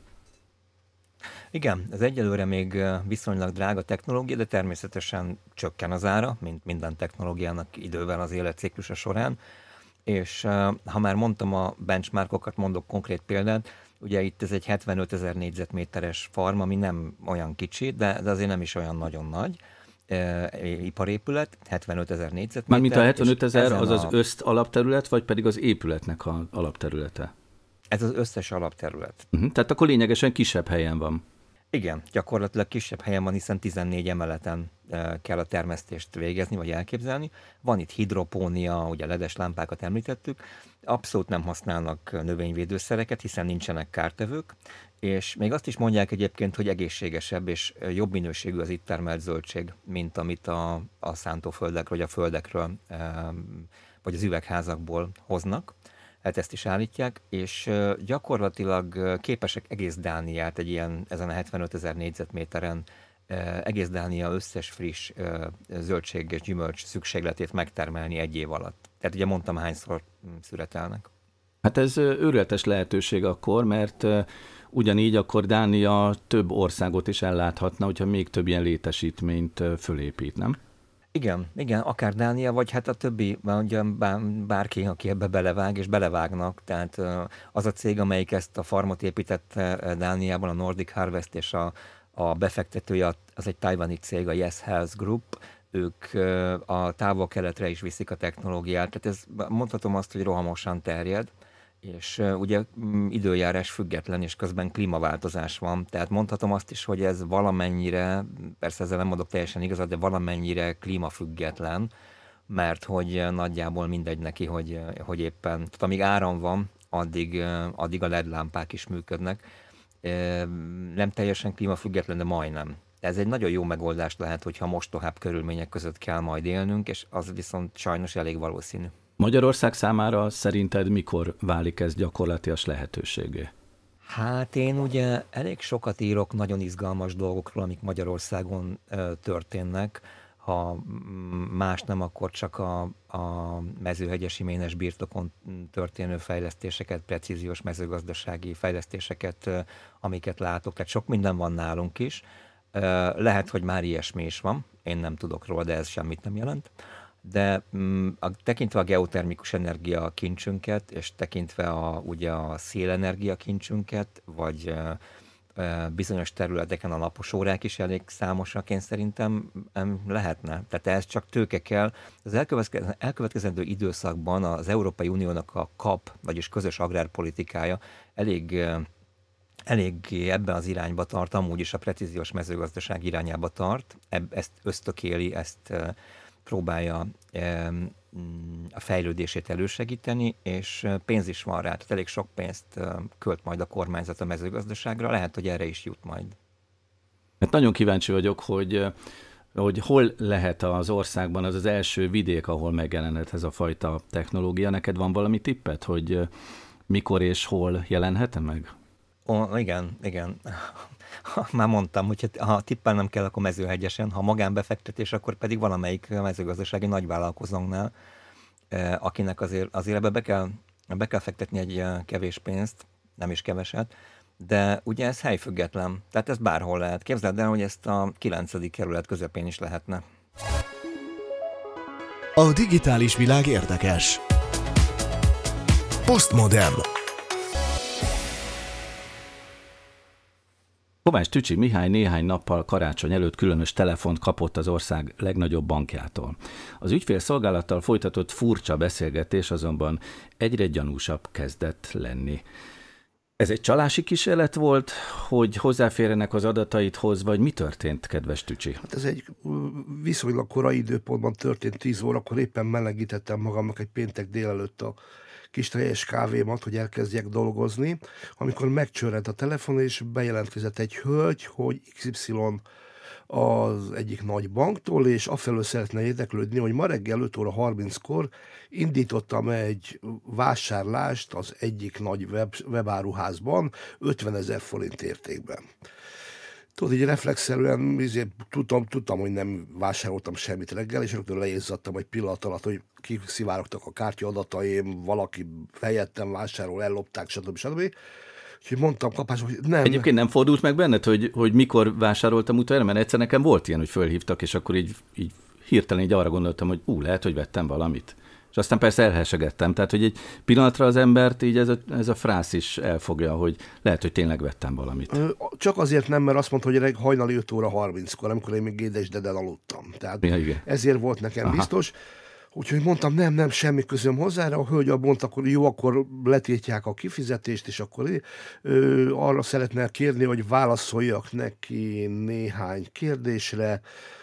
Igen, ez egyelőre még viszonylag drága technológia, de természetesen csökken az ára, mint minden technológiának idővel az életciklusa során, és ha már mondtam a benchmarkokat, mondok konkrét példát, ugye itt ez egy 75 000 négyzetméteres farm, ami nem olyan kicsi, de azért nem is olyan nagyon nagy iparépület, 75 000 négyzetméter. Mármint a 75 000 az az össz alapterület, vagy pedig az épületnek az alapterülete? Ez az összes alapterület. Tehát akkor lényegesen kisebb helyen van. Igen, gyakorlatilag kisebb helyen van, hiszen 14 emeleten kell a termesztést végezni, vagy elképzelni. Van itt hidropónia, ugye ledes lámpákat említettük, abszolút nem használnak növényvédőszereket, hiszen nincsenek kártevők, és még azt is mondják egyébként, hogy egészségesebb és jobb minőségű az itt termelt zöldség, mint amit a szántóföldekről, vagy a földekről, vagy az üvegházakból hoznak. Hát ezt is állítják, és gyakorlatilag képesek egész Dániát ezen a 75 000 négyzetméteren egész Dánia összes friss zöldség és gyümölcs szükségletét megtermelni egy év alatt. Tehát ugye mondtam, hányszor szüretelnek. Hát ez őrületes lehetőség akkor, mert ugyanígy akkor Dánia több országot is elláthatna, hogyha még több ilyen létesítményt fölépít, nem? Igen, akár Dánia, vagy hát a többi, ugye bárki, aki ebbe belevág, és belevágnak. Tehát az a cég, amelyik ezt a farmot építette Dániában, a Nordic Harvest, és a befektetője, az egy tajvani cég, a Yes Health Group, ők a távol-keletre is viszik a technológiát. Tehát ez, mondhatom azt, hogy rohamosan terjed, és ugye időjárás független, és közben klímaváltozás van. Tehát mondhatom azt is, hogy ez valamennyire, persze ezzel nem mondok teljesen igazat, de valamennyire klímafüggetlen, mert hogy nagyjából mindegy neki, hogy éppen, tehát amíg áram van, addig a LED lámpák is működnek. Nem teljesen klímafüggetlen, de majdnem. Ez egy nagyon jó megoldás lehet, hogyha mostohább körülmények között kell majd élnünk, és az viszont sajnos elég valószínű. Magyarország számára szerinted mikor válik ez gyakorlatilag lehetőségé? Hát én ugye elég sokat írok nagyon izgalmas dolgokról, amik Magyarországon történnek. ha más nem, akkor csak a mezőhegyesi ménes birtokon történő fejlesztéseket, precíziós mezőgazdasági fejlesztéseket, amiket látok. Tehát sok minden van nálunk is. Lehet, hogy már ilyesmi is van, én nem tudok róla, de ez semmit nem jelent. De tekintve a geotermikus energia kincsünket, és tekintve ugye a szélenergia kincsünket, vagy bizonyos területeken a napos órák is elég számosak, én szerintem lehetne. Tehát ez csak tőke kell. Az elkövetkezendő időszakban az Európai Uniónak a KAP, vagyis közös agrárpolitikája elég ebben az irányba tart, amúgy is a precíziós mezőgazdaság irányába tart. Ezt ösztökéli, ezt próbálja a fejlődését elősegíteni, és pénz is van rá, tehát elég sok pénzt költ majd a kormányzat a mezőgazdaságra, lehet, hogy erre is jut majd. Hát nagyon kíváncsi vagyok, hogy hol lehet az országban az első vidék, ahol megjelenhet ez a fajta technológia. Neked van valami tippet, hogy mikor és hol jelenhet meg? Igen. Már mondtam, hogy ha tippelnem kell, akkor Mezőhegyesen, ha magánbefektetés, akkor pedig valamelyik mezőgazdasági nagyvállalkozónknál, akinek azért ebbe be kell fektetni egy kevés pénzt, nem is keveset, de ugye ez helyfüggetlen, tehát ez bárhol lehet. Képzeld el, hogy ezt a 9. kerület közepén is lehetne. A digitális világ érdekes. Postmodern. Kovács Tücsi Mihály néhány nappal karácsony előtt különös telefont kapott az ország legnagyobb bankjától. Az ügyfélszolgálattal folytatott furcsa beszélgetés azonban egyre gyanúsabb kezdett lenni. Ez egy csalási kísérlet volt, hogy hozzáférjenek az adataidhoz, vagy mi történt, kedves Tücsi? Hát ez egy viszonylag korai időpontban történt, 10 órakor éppen melegítettem magamnak egy péntek délelőtt a kis teljes kávémat, hogy elkezdjek dolgozni, amikor megcsörrent a telefon, és bejelentkezett egy hölgy, hogy XY az egyik nagy banktól, és afelől szeretne érdeklődni, hogy ma reggel 5 óra 30-kor indítottam egy vásárlást az egyik nagy webáruházban 50 000 forint értékben. Tudod, így reflexzerűen tudtam, hogy nem vásároltam semmit reggel, és rögtön leizzadtam egy pillanat alatt, hogy kiszivárogtak a kártyaadataim, valaki helyettem vásárol, ellopták, stb. Úgyhogy mondtam kapásba, hogy nem. Egyébként nem fordult meg benned, hogy mikor vásároltam utána, mert egyszer nekem volt ilyen, hogy fölhívtak, és akkor így hirtelen így arra gondoltam, hogy lehet, hogy vettem valamit. És aztán persze elhesegettem. Tehát, hogy egy pillanatra az embert így ez a frász is elfogja, hogy lehet, hogy tényleg vettem valamit. Csak azért nem, mert azt mondta, hogy hajnali 5 óra 30-kor, amikor én még édesdeden aludtam. Tehát ezért volt nekem biztos. Úgyhogy mondtam, nem, semmi közöm hozzá, a hölgy mondta, akkor jó, akkor letiltják a kifizetést, és akkor arra szeretne kérni, hogy válaszoljak neki néhány kérdésre.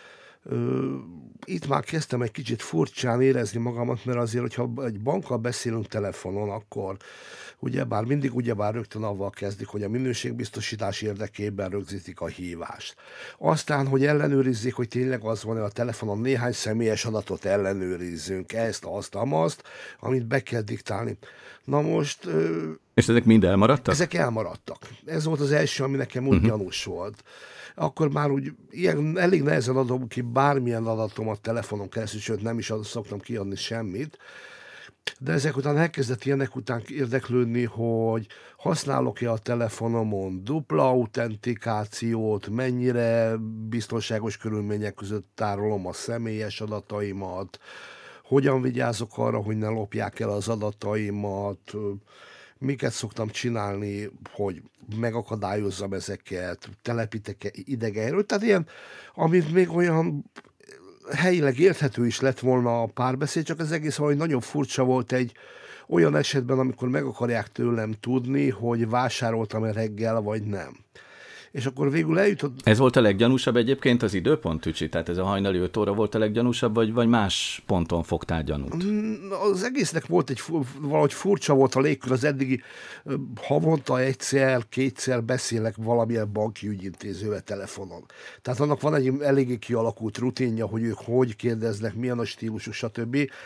Itt már kezdtem egy kicsit furcsán érezni magamat, mert azért, hogyha egy bankkal beszélünk telefonon, akkor ugyebár rögtön avval kezdik, hogy a minőségbiztosítás érdekében rögzítik a hívást. Aztán, hogy ellenőrizzék, hogy tényleg az van, a telefonon néhány személyes adatot ellenőrizzünk, ezt, azt, amit be kell diktálni. Na most... És ezek mind elmaradtak? Ezek elmaradtak. Ez volt az első, ami nekem úgy gyanús volt. Akkor már úgy elég nehezen adom ki bármilyen adatomat telefonon keresztül, sőt nem is szoktam kiadni semmit, de ezek után elkezdett ilyenek után érdeklődni, hogy használok-e a telefonomon dupla autentikációt, mennyire biztonságos körülmények között tárolom a személyes adataimat, hogyan vigyázok arra, hogy ne lopják el az adataimat, miket szoktam csinálni, hogy megakadályozzam ezeket, telepítek idegeiről. Tehát ilyen, amit még olyan helyileg érthető is lett volna a párbeszéd, csak az egész valahogy nagyon furcsa volt egy olyan esetben, amikor meg akarják tőlem tudni, hogy vásároltam-e reggel, vagy nem. És akkor végül eljutott... Ez volt a leggyanúsabb egyébként az időpont, Tücsi? Tehát ez a hajnali 5 óra volt a leggyanúsabb, vagy más ponton fogtál gyanút? Az egésznek volt valahogy furcsa volt a légkör, az eddigi havonta egyszer-kétszer beszélek valamilyen banki ügyintézővel telefonon. Tehát annak van egy eléggé kialakult rutinja, hogy ők hogy kérdeznek, milyen a stílusuk, stb.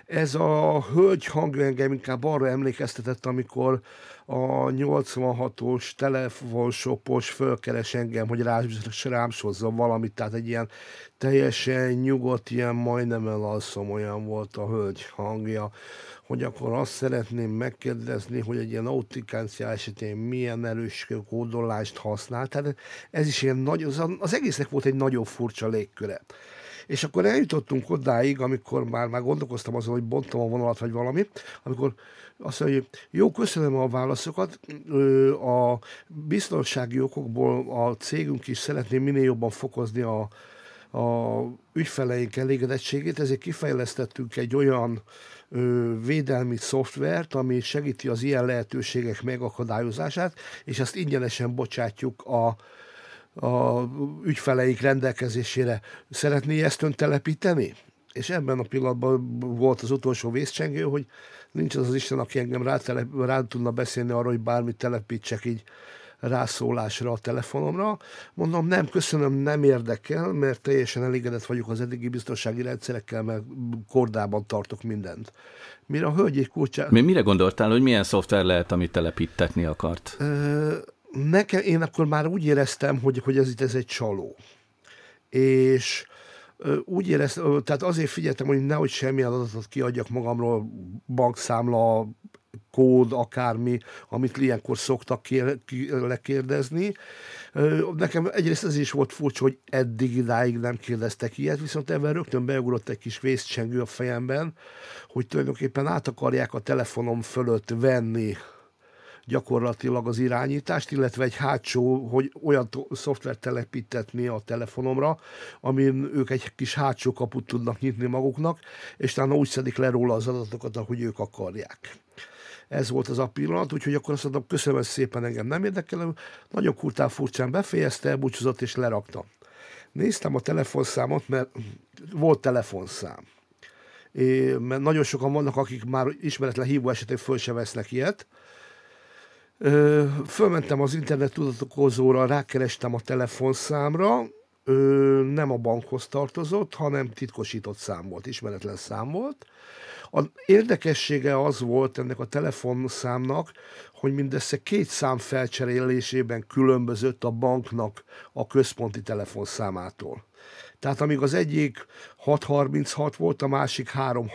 Ez a hölgy hangja engem inkább arra emlékeztetett, amikor a 86-os telefonshopos fölkeres engem, hogy rám sozzon valamit, tehát egy ilyen teljesen nyugodt, ilyen majdnem elalszom, olyan volt a hölgy hangja, hogy akkor azt szeretném megkérdezni, hogy egy ilyen autentikancia esetén milyen erős kódolást használ. Tehát ez is ilyen nagy, az egésznek volt egy nagyon furcsa légköre. És akkor eljutottunk odáig, amikor már gondolkoztam azon, hogy bontom a vonalat, vagy valami, amikor azt mondja, hogy jó, köszönöm a válaszokat, a biztonsági okokból a cégünk is szeretné minél jobban fokozni a ügyfeleink elégedettségét, ezért kifejlesztettünk egy olyan védelmi szoftvert, ami segíti az ilyen lehetőségek megakadályozását, és ezt ingyenesen bocsátjuk a ügyfeleink rendelkezésére. Szeretné ezt ön telepíteni? És ebben a pillanatban volt az utolsó vészcsengő, hogy nincs az Isten, aki engem rá tudna beszélni arra, hogy bármit telepítsek így rászólásra a telefonomra. Mondom, nem, köszönöm, nem érdekel, mert teljesen elégedett vagyok az eddigi biztonsági rendszerekkel, mert kordában tartok mindent. Mire a hölgy egy kulcsát... Mire gondoltál, hogy milyen szoftver lehet, amit telepítetni akart? Én akkor már úgy éreztem, hogy ez egy csaló. És úgy éreztem, tehát azért figyeltem, hogy nehogy semmilyen adatot kiadjak magamról, bankszámla, kód, akármi, amit ilyenkor szoktak lekérdezni. Nekem egyrészt ez is volt furcsa, hogy idáig nem kérdeztek ilyet, viszont ebben rögtön beugrott egy kis vészcsengő a fejemben, hogy tulajdonképpen át akarják a telefonom fölött venni gyakorlatilag az irányítást, illetve egy hátsó, hogy olyan szoftvert telepítetni a telefonomra, amin ők egy kis hátsó kaput tudnak nyitni maguknak, és talán úgy szedik le róla az adatokat, ahogy ők akarják. Ez volt az a pillanat, úgyhogy akkor azt mondom, köszönöm szépen, engem nem érdekel, nagyon kurtán furcsán befejezte, elbúcsúzott és lerakta. Néztem a telefonszámot, mert volt telefonszám. Mert nagyon sokan vannak, akik már ismeretlen hívó esetén föl se vesznek ilyet. Fölmentem az internet tudatokozóra, rákerestem a telefonszámra, nem a bankhoz tartozott, hanem titkosított szám volt, ismeretlen szám volt. Az érdekessége az volt ennek a telefonszámnak, hogy mindössze 2 szám felcserélésében különbözött a banknak a központi telefonszámától. Tehát amíg az egyik 636 volt, a másik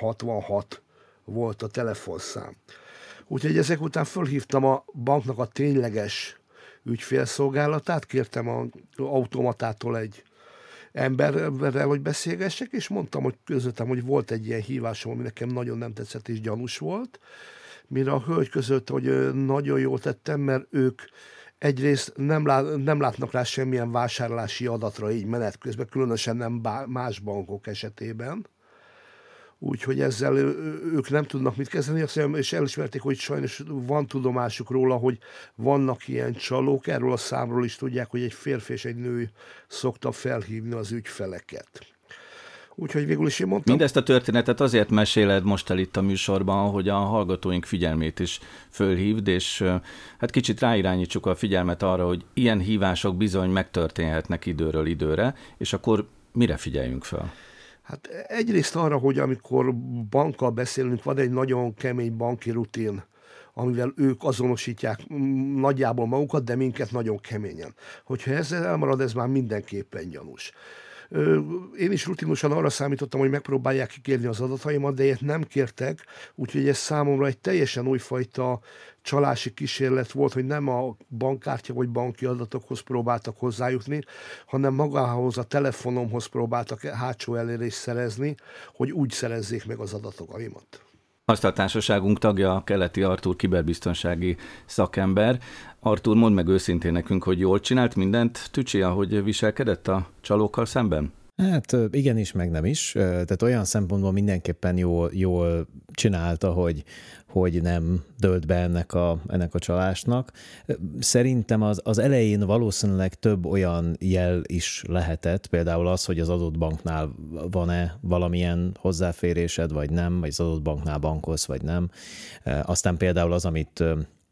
366 volt a telefonszám. Úgyhogy ezek után fölhívtam a banknak a tényleges ügyfélszolgálatát, kértem az automatától egy emberrel, hogy beszélgessek, és mondtam, hogy közöltem, hogy volt egy ilyen hívásom, ami nekem nagyon nem tetszett és gyanús volt, mire a hölgy közölte, hogy nagyon jól tettem, mert ők egyrészt nem látnak rá semmilyen vásárlási adatra így menet közben, különösen nem más bankok esetében. Úgyhogy ezzel ők nem tudnak mit kezdeni, és elismerték, hogy sajnos van tudomásuk róla, hogy vannak ilyen csalók, erről a számról is tudják, hogy egy férfi és egy nő szokta felhívni az ügyfeleket. Úgyhogy végül is én mondtam... Mindezt a történetet azért meséled most el itt a műsorban, hogy a hallgatóink figyelmét is fölhívd, és hát kicsit ráirányítsuk a figyelmet arra, hogy ilyen hívások bizony megtörténhetnek időről időre, és akkor mire figyeljünk fel? Hát egyrészt arra, hogy amikor bankkal beszélünk, van egy nagyon kemény banki rutin, amivel ők azonosítják nagyjából magukat, de minket nagyon keményen. Hogyha ezzel elmarad, ez már mindenképpen gyanús. Én is rutinosan arra számítottam, hogy megpróbálják kikérni az adataimat, de ilyet nem kértek, úgyhogy ez számomra egy teljesen újfajta csalási kísérlet volt, hogy nem a bankkártya vagy banki adatokhoz próbáltak hozzájutni, hanem magához a telefonomhoz próbáltak hátsó elérést szerezni, hogy úgy szerezzék meg az adatokaimat. Asztaltársaságunk tagja Keleti Artúr, kiberbiztonsági szakember. Artúr, mondd meg őszintén nekünk, hogy jól csinált mindent Tücsi, ahogy viselkedett a csalókkal szemben? Hát igenis, meg nem is. Tehát olyan szempontból mindenképpen jól csinálta, hogy nem dölt be ennek a csalásnak. Szerintem az elején valószínűleg több olyan jel is lehetett, például az, hogy az adott banknál van-e valamilyen hozzáférésed, vagy nem, vagy az adott banknál bankolsz, vagy nem. Aztán például az, amit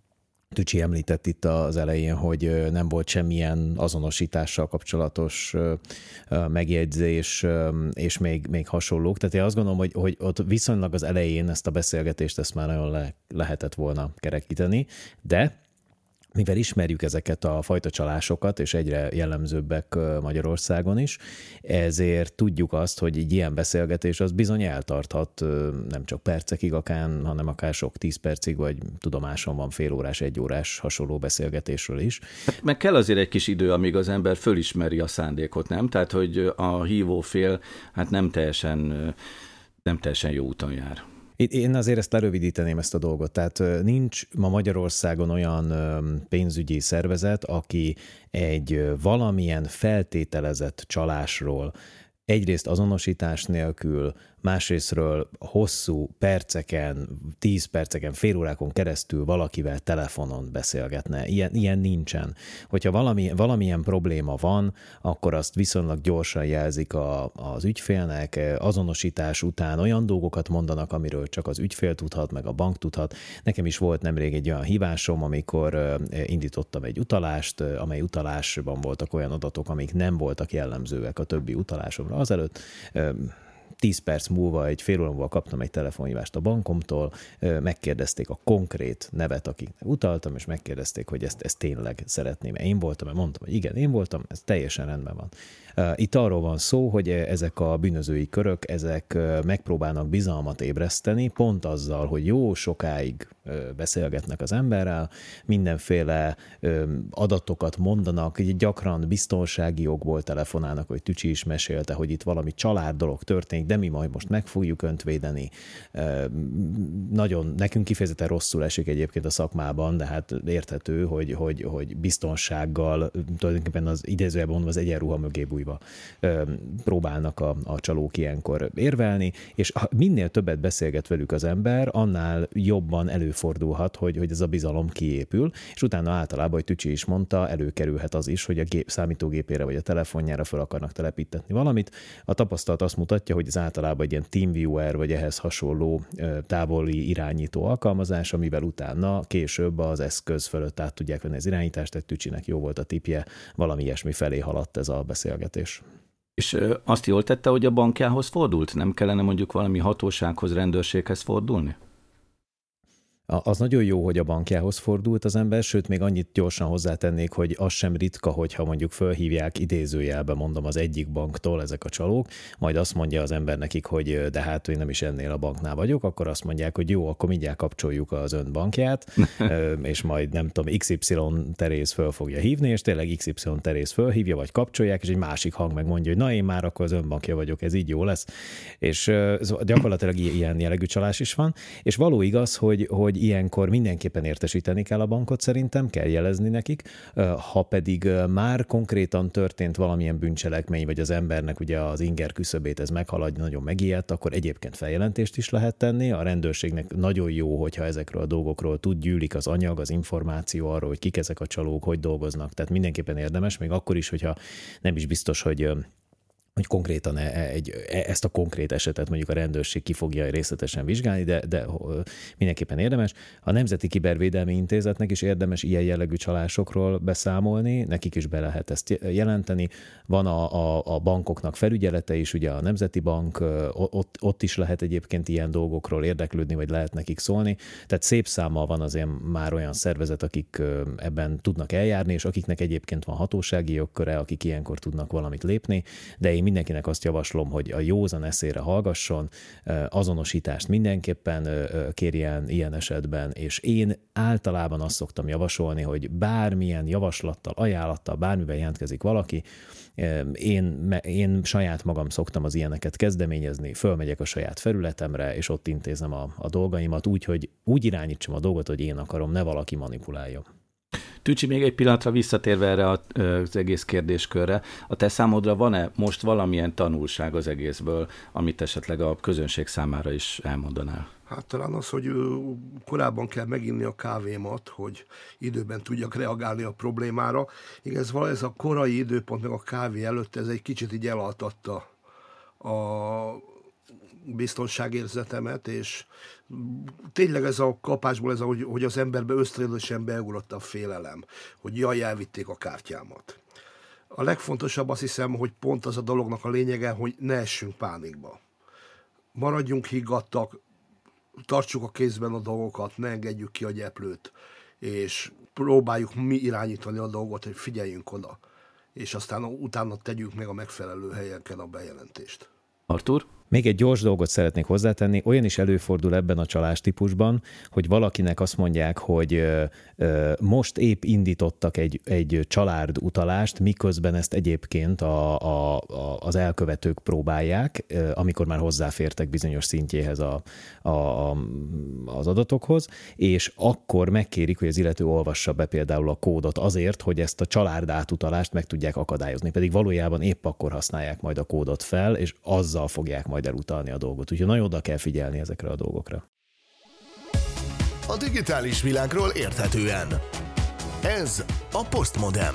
Tücsi említett itt az elején, hogy nem volt semmilyen azonosítással kapcsolatos megjegyzés, és még hasonlók. Tehát én azt gondolom, hogy ott viszonylag az elején ezt a beszélgetést ezt már nagyon lehetett volna kerekíteni, de mivel ismerjük ezeket a fajta csalásokat, és egyre jellemzőbbek Magyarországon is, ezért tudjuk azt, hogy egy ilyen beszélgetés az bizony eltarthat nem csak percekig akár, hanem akár sok 10 percig, vagy tudomásom van félórás, egyórás hasonló beszélgetésről is. Hát meg kell azért egy kis idő, amíg az ember fölismeri a szándékot, nem? Tehát, hogy a hívó fél hát nem teljesen jó úton jár. Én azért ezt lerövidíteném ezt a dolgot. Tehát nincs ma Magyarországon olyan pénzügyi szervezet, aki egy valamilyen feltételezett csalásról egyrészt azonosítás nélkül, másrésztről hosszú perceken, 10 perceken, fél órákon keresztül valakivel telefonon beszélgetne. Ilyen nincsen. Hogyha valamilyen probléma van, akkor azt viszonylag gyorsan jelzik az ügyfélnek, azonosítás után olyan dolgokat mondanak, amiről csak az ügyfél tudhat, meg a bank tudhat. Nekem is volt nemrég egy olyan hívásom, amikor indítottam egy utalást, amely utalásban voltak olyan adatok, amik nem voltak jellemzőek a többi utalásomra azelőtt. 10 perc múlva, egy fél óra múlva kaptam egy telefonhívást a bankomtól, megkérdezték a konkrét nevet, akiknek utaltam, és megkérdezték, hogy ezt tényleg szeretném. Én voltam, mondtam, hogy igen, én voltam, ez teljesen rendben van. Itt arról van szó, hogy ezek a bűnözői körök, ezek megpróbálnak bizalmat ébreszteni, pont azzal, hogy jó sokáig beszélgetnek az emberrel, mindenféle adatokat mondanak, gyakran biztonsági jogból telefonálnak, hogy Tücsi is mesélte, hogy itt valami család dolog történik, de mi majd most meg fogjuk önt védeni. Nagyon, nekünk kifejezetten rosszul esik egyébként a szakmában, de hát érthető, hogy biztonsággal, tulajdonképpen az idézőjelben mondva az egyenruha mögé bújva próbálnak a csalók ilyenkor érvelni, és minél többet beszélget velük az ember, annál jobban előfordulhat, hogy ez a bizalom kiépül, és utána általában, hogy Tücsi is mondta, előkerülhet az is, hogy a számítógépére vagy a telefonjára fel akarnak telepítetni valamit. A tapasztalat azt mutatja, hogy ez általában egy ilyen TeamViewer vagy ehhez hasonló távoli irányító alkalmazás, amivel utána később az eszköz fölött át tudják venni az irányítást, tehát Tücsinek jó volt a tipje, valami ilyesmi felé haladt ez a beszélgetés. És azt jól tette, hogy a bankjához fordult? Nem kellene mondjuk valami hatósághoz, rendőrséghez fordulni? Az nagyon jó, hogy a bankjához fordult az ember, sőt, még annyit gyorsan hozzátennék, hogy az sem ritka, hogyha mondjuk fölhívják idézőjelbe, mondom, az egyik banktól ezek a csalók, majd azt mondja az ember nekik, hogy de hát én nem is ennél a banknál vagyok, akkor azt mondják, hogy jó, akkor mindjárt kapcsoljuk az ön bankját, és majd nem tudom, XY Teréz föl fogja hívni, és tényleg XY Teréz fölhívja, vagy kapcsolják, és egy másik hang megmondja, hogy na én már akkor az ön bankja vagyok, ez így jó lesz. És gyakorlatilag ilyen jellegű csalás is van, és való igaz, hogy ilyenkor mindenképpen értesíteni kell a bankot, szerintem kell jelezni nekik, ha pedig már konkrétan történt valamilyen bűncselekmény, vagy az embernek ugye az inger küszöbét ez meghaladja, nagyon megijedt, akkor egyébként feljelentést is lehet tenni. A rendőrségnek nagyon jó, hogyha ezekről a dolgokról gyűlik az anyag, az információ arról, hogy kik ezek a csalók, hogy dolgoznak. Tehát mindenképpen érdemes, még akkor is, hogyha nem is biztos, hogy konkrétan ezt a konkrét esetet mondjuk a rendőrség ki fogja részletesen vizsgálni, de mindenképpen érdemes. A Nemzeti Kibervédelmi Intézetnek is érdemes ilyen jellegű csalásokról beszámolni, nekik is be lehet ezt jelenteni. Van a bankoknak felügyelete is, ugye a Nemzeti Bank, ott is lehet egyébként ilyen dolgokról érdeklődni, vagy lehet nekik szólni. Tehát szép számmal van azért már olyan szervezet, akik ebben tudnak eljárni, és akiknek egyébként van hatósági jogköre, akik ilyenkor tudnak valamit lépni, de én mindenkinek azt javaslom, hogy a józan eszére hallgasson, azonosítást mindenképpen kérjen ilyen esetben, és én általában azt szoktam javasolni, hogy bármilyen javaslattal, ajánlattal, bármivel jelentkezik valaki, én saját magam szoktam az ilyeneket kezdeményezni, fölmegyek a saját felületemre, és ott intézem a dolgaimat úgy, hogy úgy irányítsam a dolgot, hogy én akarom, ne valaki manipuláljon. Tücsi, még egy pillanatra visszatérve erre az egész kérdéskörre, a te számodra van-e most valamilyen tanulság az egészből, amit esetleg a közönség számára is elmondanál? Hát talán az, hogy korábban kell meginni a kávémat, hogy időben tudjak reagálni a problémára. Igaz, ez a korai időpont, meg a kávé előtt, ez egy kicsit így elaltatta biztonságérzetemet, és tényleg ez a kapásból, hogy az emberbe ösztönösen beugrott a félelem, hogy jaj, elvitték a kártyámat. A legfontosabb azt hiszem, hogy pont az a dolognak a lényege, hogy ne essünk pánikba. Maradjunk higgadtak, tartsuk a kézben a dolgokat, ne engedjük ki a gyeplőt, és próbáljuk mi irányítani a dolgot, hogy figyeljünk oda, és aztán utána tegyük meg a megfelelő helyeken a bejelentést. Artur? Még egy gyors dolgot szeretnék hozzátenni, olyan is előfordul ebben a csalástípusban, hogy valakinek azt mondják, hogy most épp indítottak egy család utalást, miközben ezt egyébként az elkövetők próbálják, amikor már hozzáfértek bizonyos szintjéhez az adatokhoz, és akkor megkérik, hogy az illető olvassa be például a kódot azért, hogy ezt a család átutalást meg tudják akadályozni, pedig valójában épp akkor használják majd a kódot fel, és azzal fogják majd elutalni a dolgot. Úgyhogy nagyon oda kell figyelni ezekre a dolgokra. A digitális világról érthetően. Ez a Postmodem.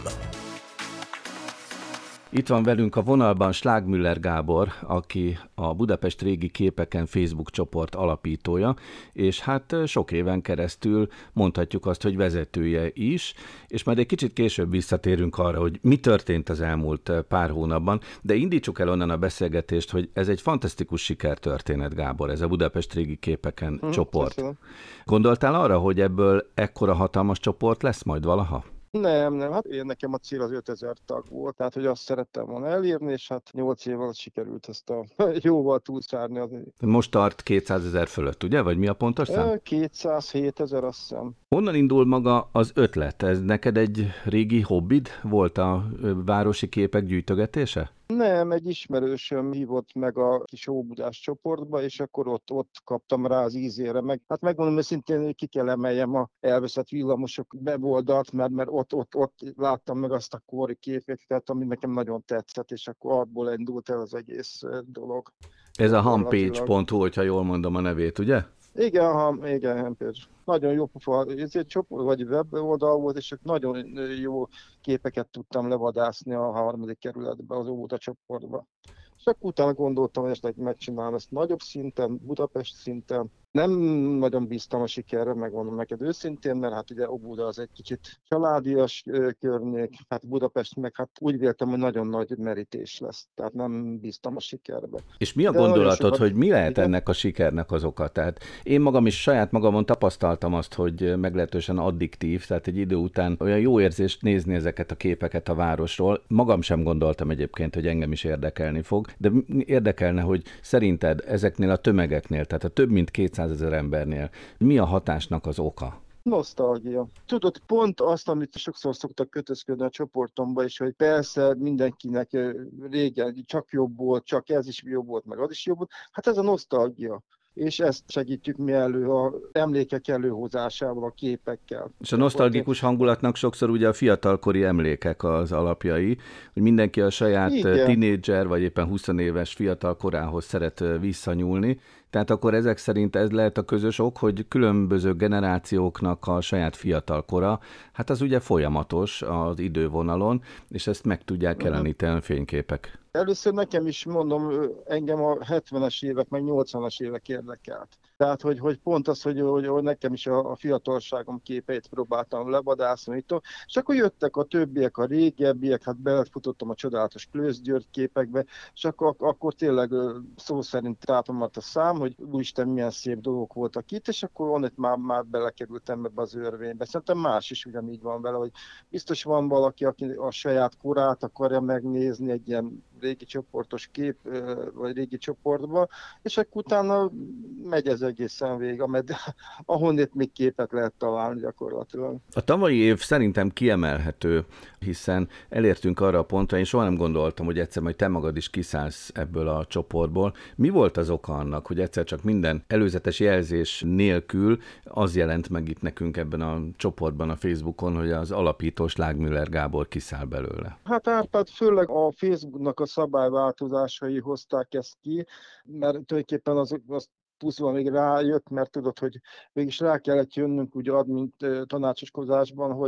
Itt van velünk a vonalban Schlagmüller Gábor, aki a Budapest régi képeken Facebook csoport alapítója, és hát sok éven keresztül mondhatjuk azt, hogy vezetője is, és majd egy kicsit később visszatérünk arra, hogy mi történt az elmúlt pár hónapban, de indítsuk el onnan a beszélgetést, hogy ez egy fantasztikus sikertörténet, Gábor, ez a Budapest régi képeken csoport. Köszönöm. Gondoltál arra, hogy ebből ekkora hatalmas csoport lesz majd valaha? Nem, hát nekem a cél az 5000 tag volt, tehát hogy azt szerettem volna elérni, és hát 8 év alatt sikerült ezt a jóval túlszárni. Most tart 200 000 fölött, ugye? Vagy mi a pontos szám? 207 000, azt hiszem. Honnan indul maga az ötlet? Ez neked egy régi hobbid volt a városi képek gyűjtögetése? Nem, egy ismerősöm hívott meg a kis óbudás csoportba, és akkor ott kaptam rá az ízére. Hát megmondom őszintén, hogy ki kell emeljem a elveszett villamosok weboldalt, mert ott láttam meg azt a kori képeket, ami nekem nagyon tetszett, és akkor abból indult el az egész dolog. Ez a homepage.hu, hogyha jól mondom a nevét, ugye? Igen, homepage. Nagyon jó pofa, ez egy csoport, vagy weboldal volt, és nagyon jó képeket tudtam levadászni a 3. kerületbe, az óvoda csoportba. És akkor utána gondoltam, hogy ezt megcsinálom ezt nagyobb szinten, Budapest szinten. Nem nagyon bíztam a sikerre, megmondom neked őszintén, mert hát ugye Óbuda az egy kicsit családias környék, hát Budapest meg hát úgy véltem, hogy nagyon nagy merítés lesz, tehát nem bíztam a sikerbe. És mi a gondolatod, hogy mi lehet ennek a sikernek az oka? Tehát én magam is saját magamon tapasztaltam azt, hogy meglehetősen addiktív, tehát egy idő után olyan jó érzést nézni ezeket a képeket a városról. Magam sem gondoltam egyébként, hogy engem is érdekelni fog, de érdekelne, hogy szerinted ezeknél a tömegeknél, tehát a több mint 200 000 embernél mi a hatásnak az oka? Nosztalgia. Tudod, pont azt, amit sokszor szoktak kötözködni a csoportomba is, hogy persze mindenkinek régen csak jobb volt, csak ez is jobb volt, meg az is jobb volt. Hát ez a nosztalgia. És ezt segítjük mi elő a emlékek előhozásával, a képekkel. És a nosztalgikus hangulatnak sokszor ugye a fiatalkori emlékek az alapjai, hogy mindenki a saját tinédzser vagy éppen 20 éves fiatal korához szeret visszanyúlni. Tehát akkor ezek szerint ez lehet a közös ok, hogy különböző generációknak a saját fiatal kora, hát az ugye folyamatos az idővonalon, és ezt meg tudják jeleníteni a fényképek. Először nekem is, mondom, engem a 70-es évek, meg 80-as évek érdekelt. Tehát, hogy pont az, hogy nekem is a fiatalságom képeit próbáltam levadászni, és akkor jöttek a többiek, a régebbiek, hát belefutottam a csodálatos Klősz György képekbe, és akkor tényleg szó szerint tátomat a szám, hogy úristen, milyen szép dolgok voltak itt, és akkor onnét már belekerültem ebbe az örvénybe. Szerintem más is ugyanígy van vele, hogy biztos van valaki, aki a saját korát akarja megnézni egy ilyen régi csoportos kép, vagy régi csoportba, és akkor utána megy ez egészen végig, ahonnét még képet lehet találni gyakorlatilag. A tavalyi év szerintem kiemelhető, hiszen elértünk arra a pontra, én soha nem gondoltam, hogy egyszer majd te magad is kiszállsz ebből a csoportból. Mi volt az oka annak, hogy egyszer csak minden előzetes jelzés nélkül az jelent meg itt nekünk ebben a csoportban a Facebookon, hogy az alapító Schlagmüller Gábor kiszáll belőle? Hát Árpád, főleg a Facebooknak a szabályváltozásai hozták ezt ki, mert tulajdonképpen az pusztán még rájött, mert tudod, hogy mégis rá kellett jönnünk ugye admin tanácsoskozásban, hogy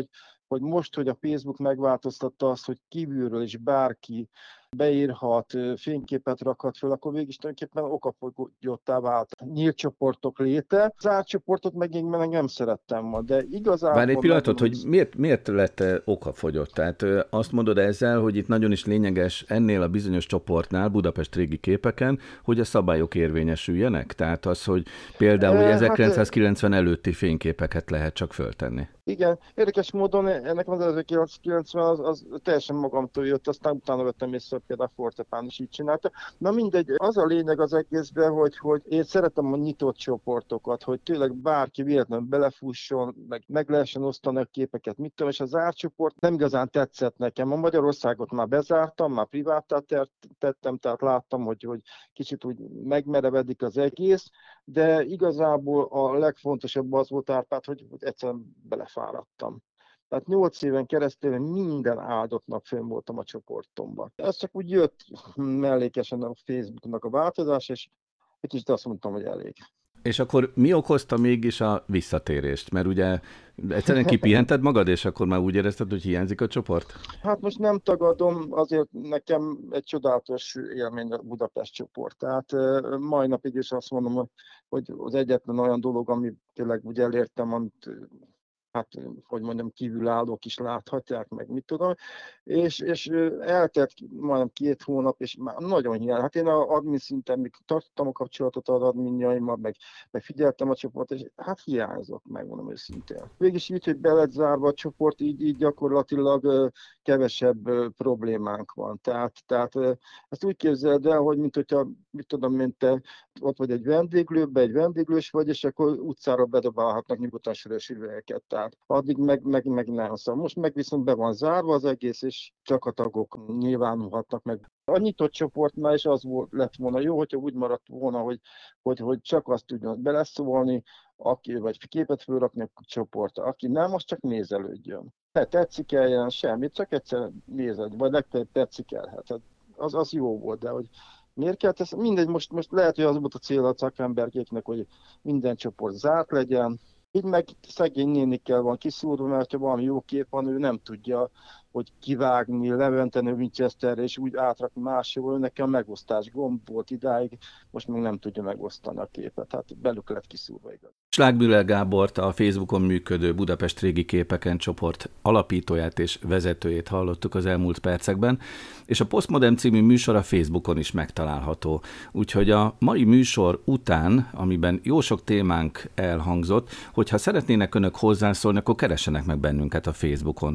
hogy most, hogy a Facebook megváltoztatta azt, hogy kívülről is bárki beírhat, fényképet rakhat föl, akkor végig is tulajdonképpen okafogyottá vált. Nyílt csoportok léte, zárt csoportot meg nem szerettem ma, de igazából... Várj egy pillanatot, hogy miért lett okafogyott? Tehát azt mondod ezzel, hogy itt nagyon is lényeges ennél a bizonyos csoportnál, Budapest régi képeken, hogy a szabályok érvényesüljenek? Tehát az, hogy például hogy 1990 előtti fényképeket lehet csak föltenni. Igen, érdekes módon ennek az 1990 az teljesen magamtól jött, aztán utána vettem észre, például Fortepán is így csinálta. Na mindegy, az a lényeg az egészben, hogy én szeretem a nyitott csoportokat, hogy tényleg bárki véletlenül belefusson, meg lehessen osztani a képeket, mit tudom, és az zárt csoport nem igazán tetszett nekem. A Magyarországot már bezártam, már priváttá tettem, tehát láttam, hogy kicsit úgy megmerevedik az egész, de igazából a legfontosabb az volt, Árpád, hogy egyszerűen belefáradtam. Tehát 8 éven keresztül minden áldott nap fönn voltam a csoportomban. Ez csak úgy jött mellékesen a Facebooknak a változás, és egy kicsit azt mondtam, hogy elég. És akkor mi okozta mégis a visszatérést? Mert ugye egyszerűen kipihented magad, és akkor már úgy érezted, hogy hiányzik a csoport? Hát most nem tagadom, azért nekem egy csodálatos élmény a Budapest csoport. Tehát mai napig is azt mondom, hogy az egyetlen olyan dolog, amit tényleg úgy elértem, amit hát, hogy mondjam, kívülállók is láthatják, meg mit tudom, és eltelt majdnem 2 hónap, és már nagyon hiány. Hát én az admin szinten még tartottam a kapcsolatot az adminjaimmal, meg figyeltem a csoportot, és hát hiányzott, megmondom őszintén. Végülis így, hogy be lett zárva a csoport, így gyakorlatilag kevesebb problémánk van. Tehát ezt úgy képzeld el, hogy mint hogyha, mit tudom, te ott vagy egy vendéglőben, egy vendéglős vagy, és akkor utcára bedobálhatnak nyugodtan sörös üvegeket. Tehát addig meg nem. Szóval most meg viszont be van zárva az egész, és csak a tagok nyilvánulhatnak meg. A nyitott csoportnál is az lett volna jó, hogyha úgy maradt volna, hogy csak azt tudjon beleszólni, aki vagy képet fölrakni a csoportra. Aki nem, az csak nézelődjön. Ne tetszik el semmit, csak egyszer nézed, vagy legfeljebb tetszik el. Hát az jó volt, de hogy miért kell ez? Mindegy, most lehet, hogy az volt a cél a szakemberkéknek, hogy minden csoport zárt legyen. Így meg szegény nénikkel van kiszúrva, mert ha valami jó kép van, ő nem tudja, hogy kivágni, leönteni Winchesterre, és úgy átrakni máshol. Nekem megosztás gomb volt idáig, most még nem tudja megosztani a képet, hát belük lett kiszúrva igaz. Schlágmüller Gábort, a Facebookon működő Budapest régi képeken csoport alapítóját és vezetőjét hallottuk az elmúlt percekben, és a Postmodern című műsor a Facebookon is megtalálható. Úgyhogy a mai műsor után, amiben jó sok témánk elhangzott, hogyha szeretnének önök hozzászólni, akkor keressenek meg bennünket a Facebookon,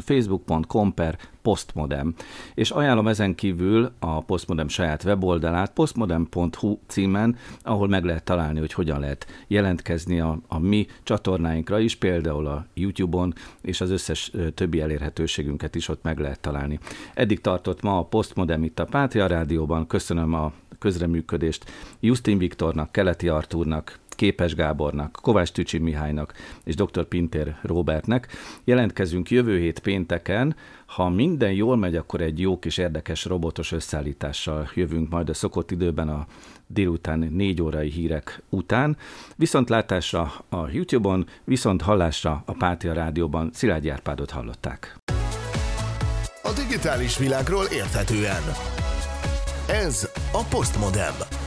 facebook.com/postmodern. És ajánlom ezen kívül a Postmodern saját weboldalát, postmodern.hu címen, ahol meg lehet találni, hogy hogyan lehet jelentkezni a mi csatornáinkra is, például a YouTube-on, és az összes többi elérhetőségünket is ott meg lehet találni. Eddig tartott ma a Postmodern itt a Pátria Rádióban. Köszönöm a közreműködést Justin Viktornak, Keleti Artúrnak, Képes Gábornak, Kovács Tücsi Mihálynak és dr. Pintér Róbertnek. Jelentkezünk jövő hét pénteken. Ha minden jól megy, akkor egy jó kis érdekes robotos összeállítással jövünk majd a szokott időben a délután 4 órai hírek után. Viszontlátásra a YouTube-on, viszont hallásra a Pátria Rádióban. Szilágyi Árpádot hallották. A digitális világról érthetően. Ez a Postmodern.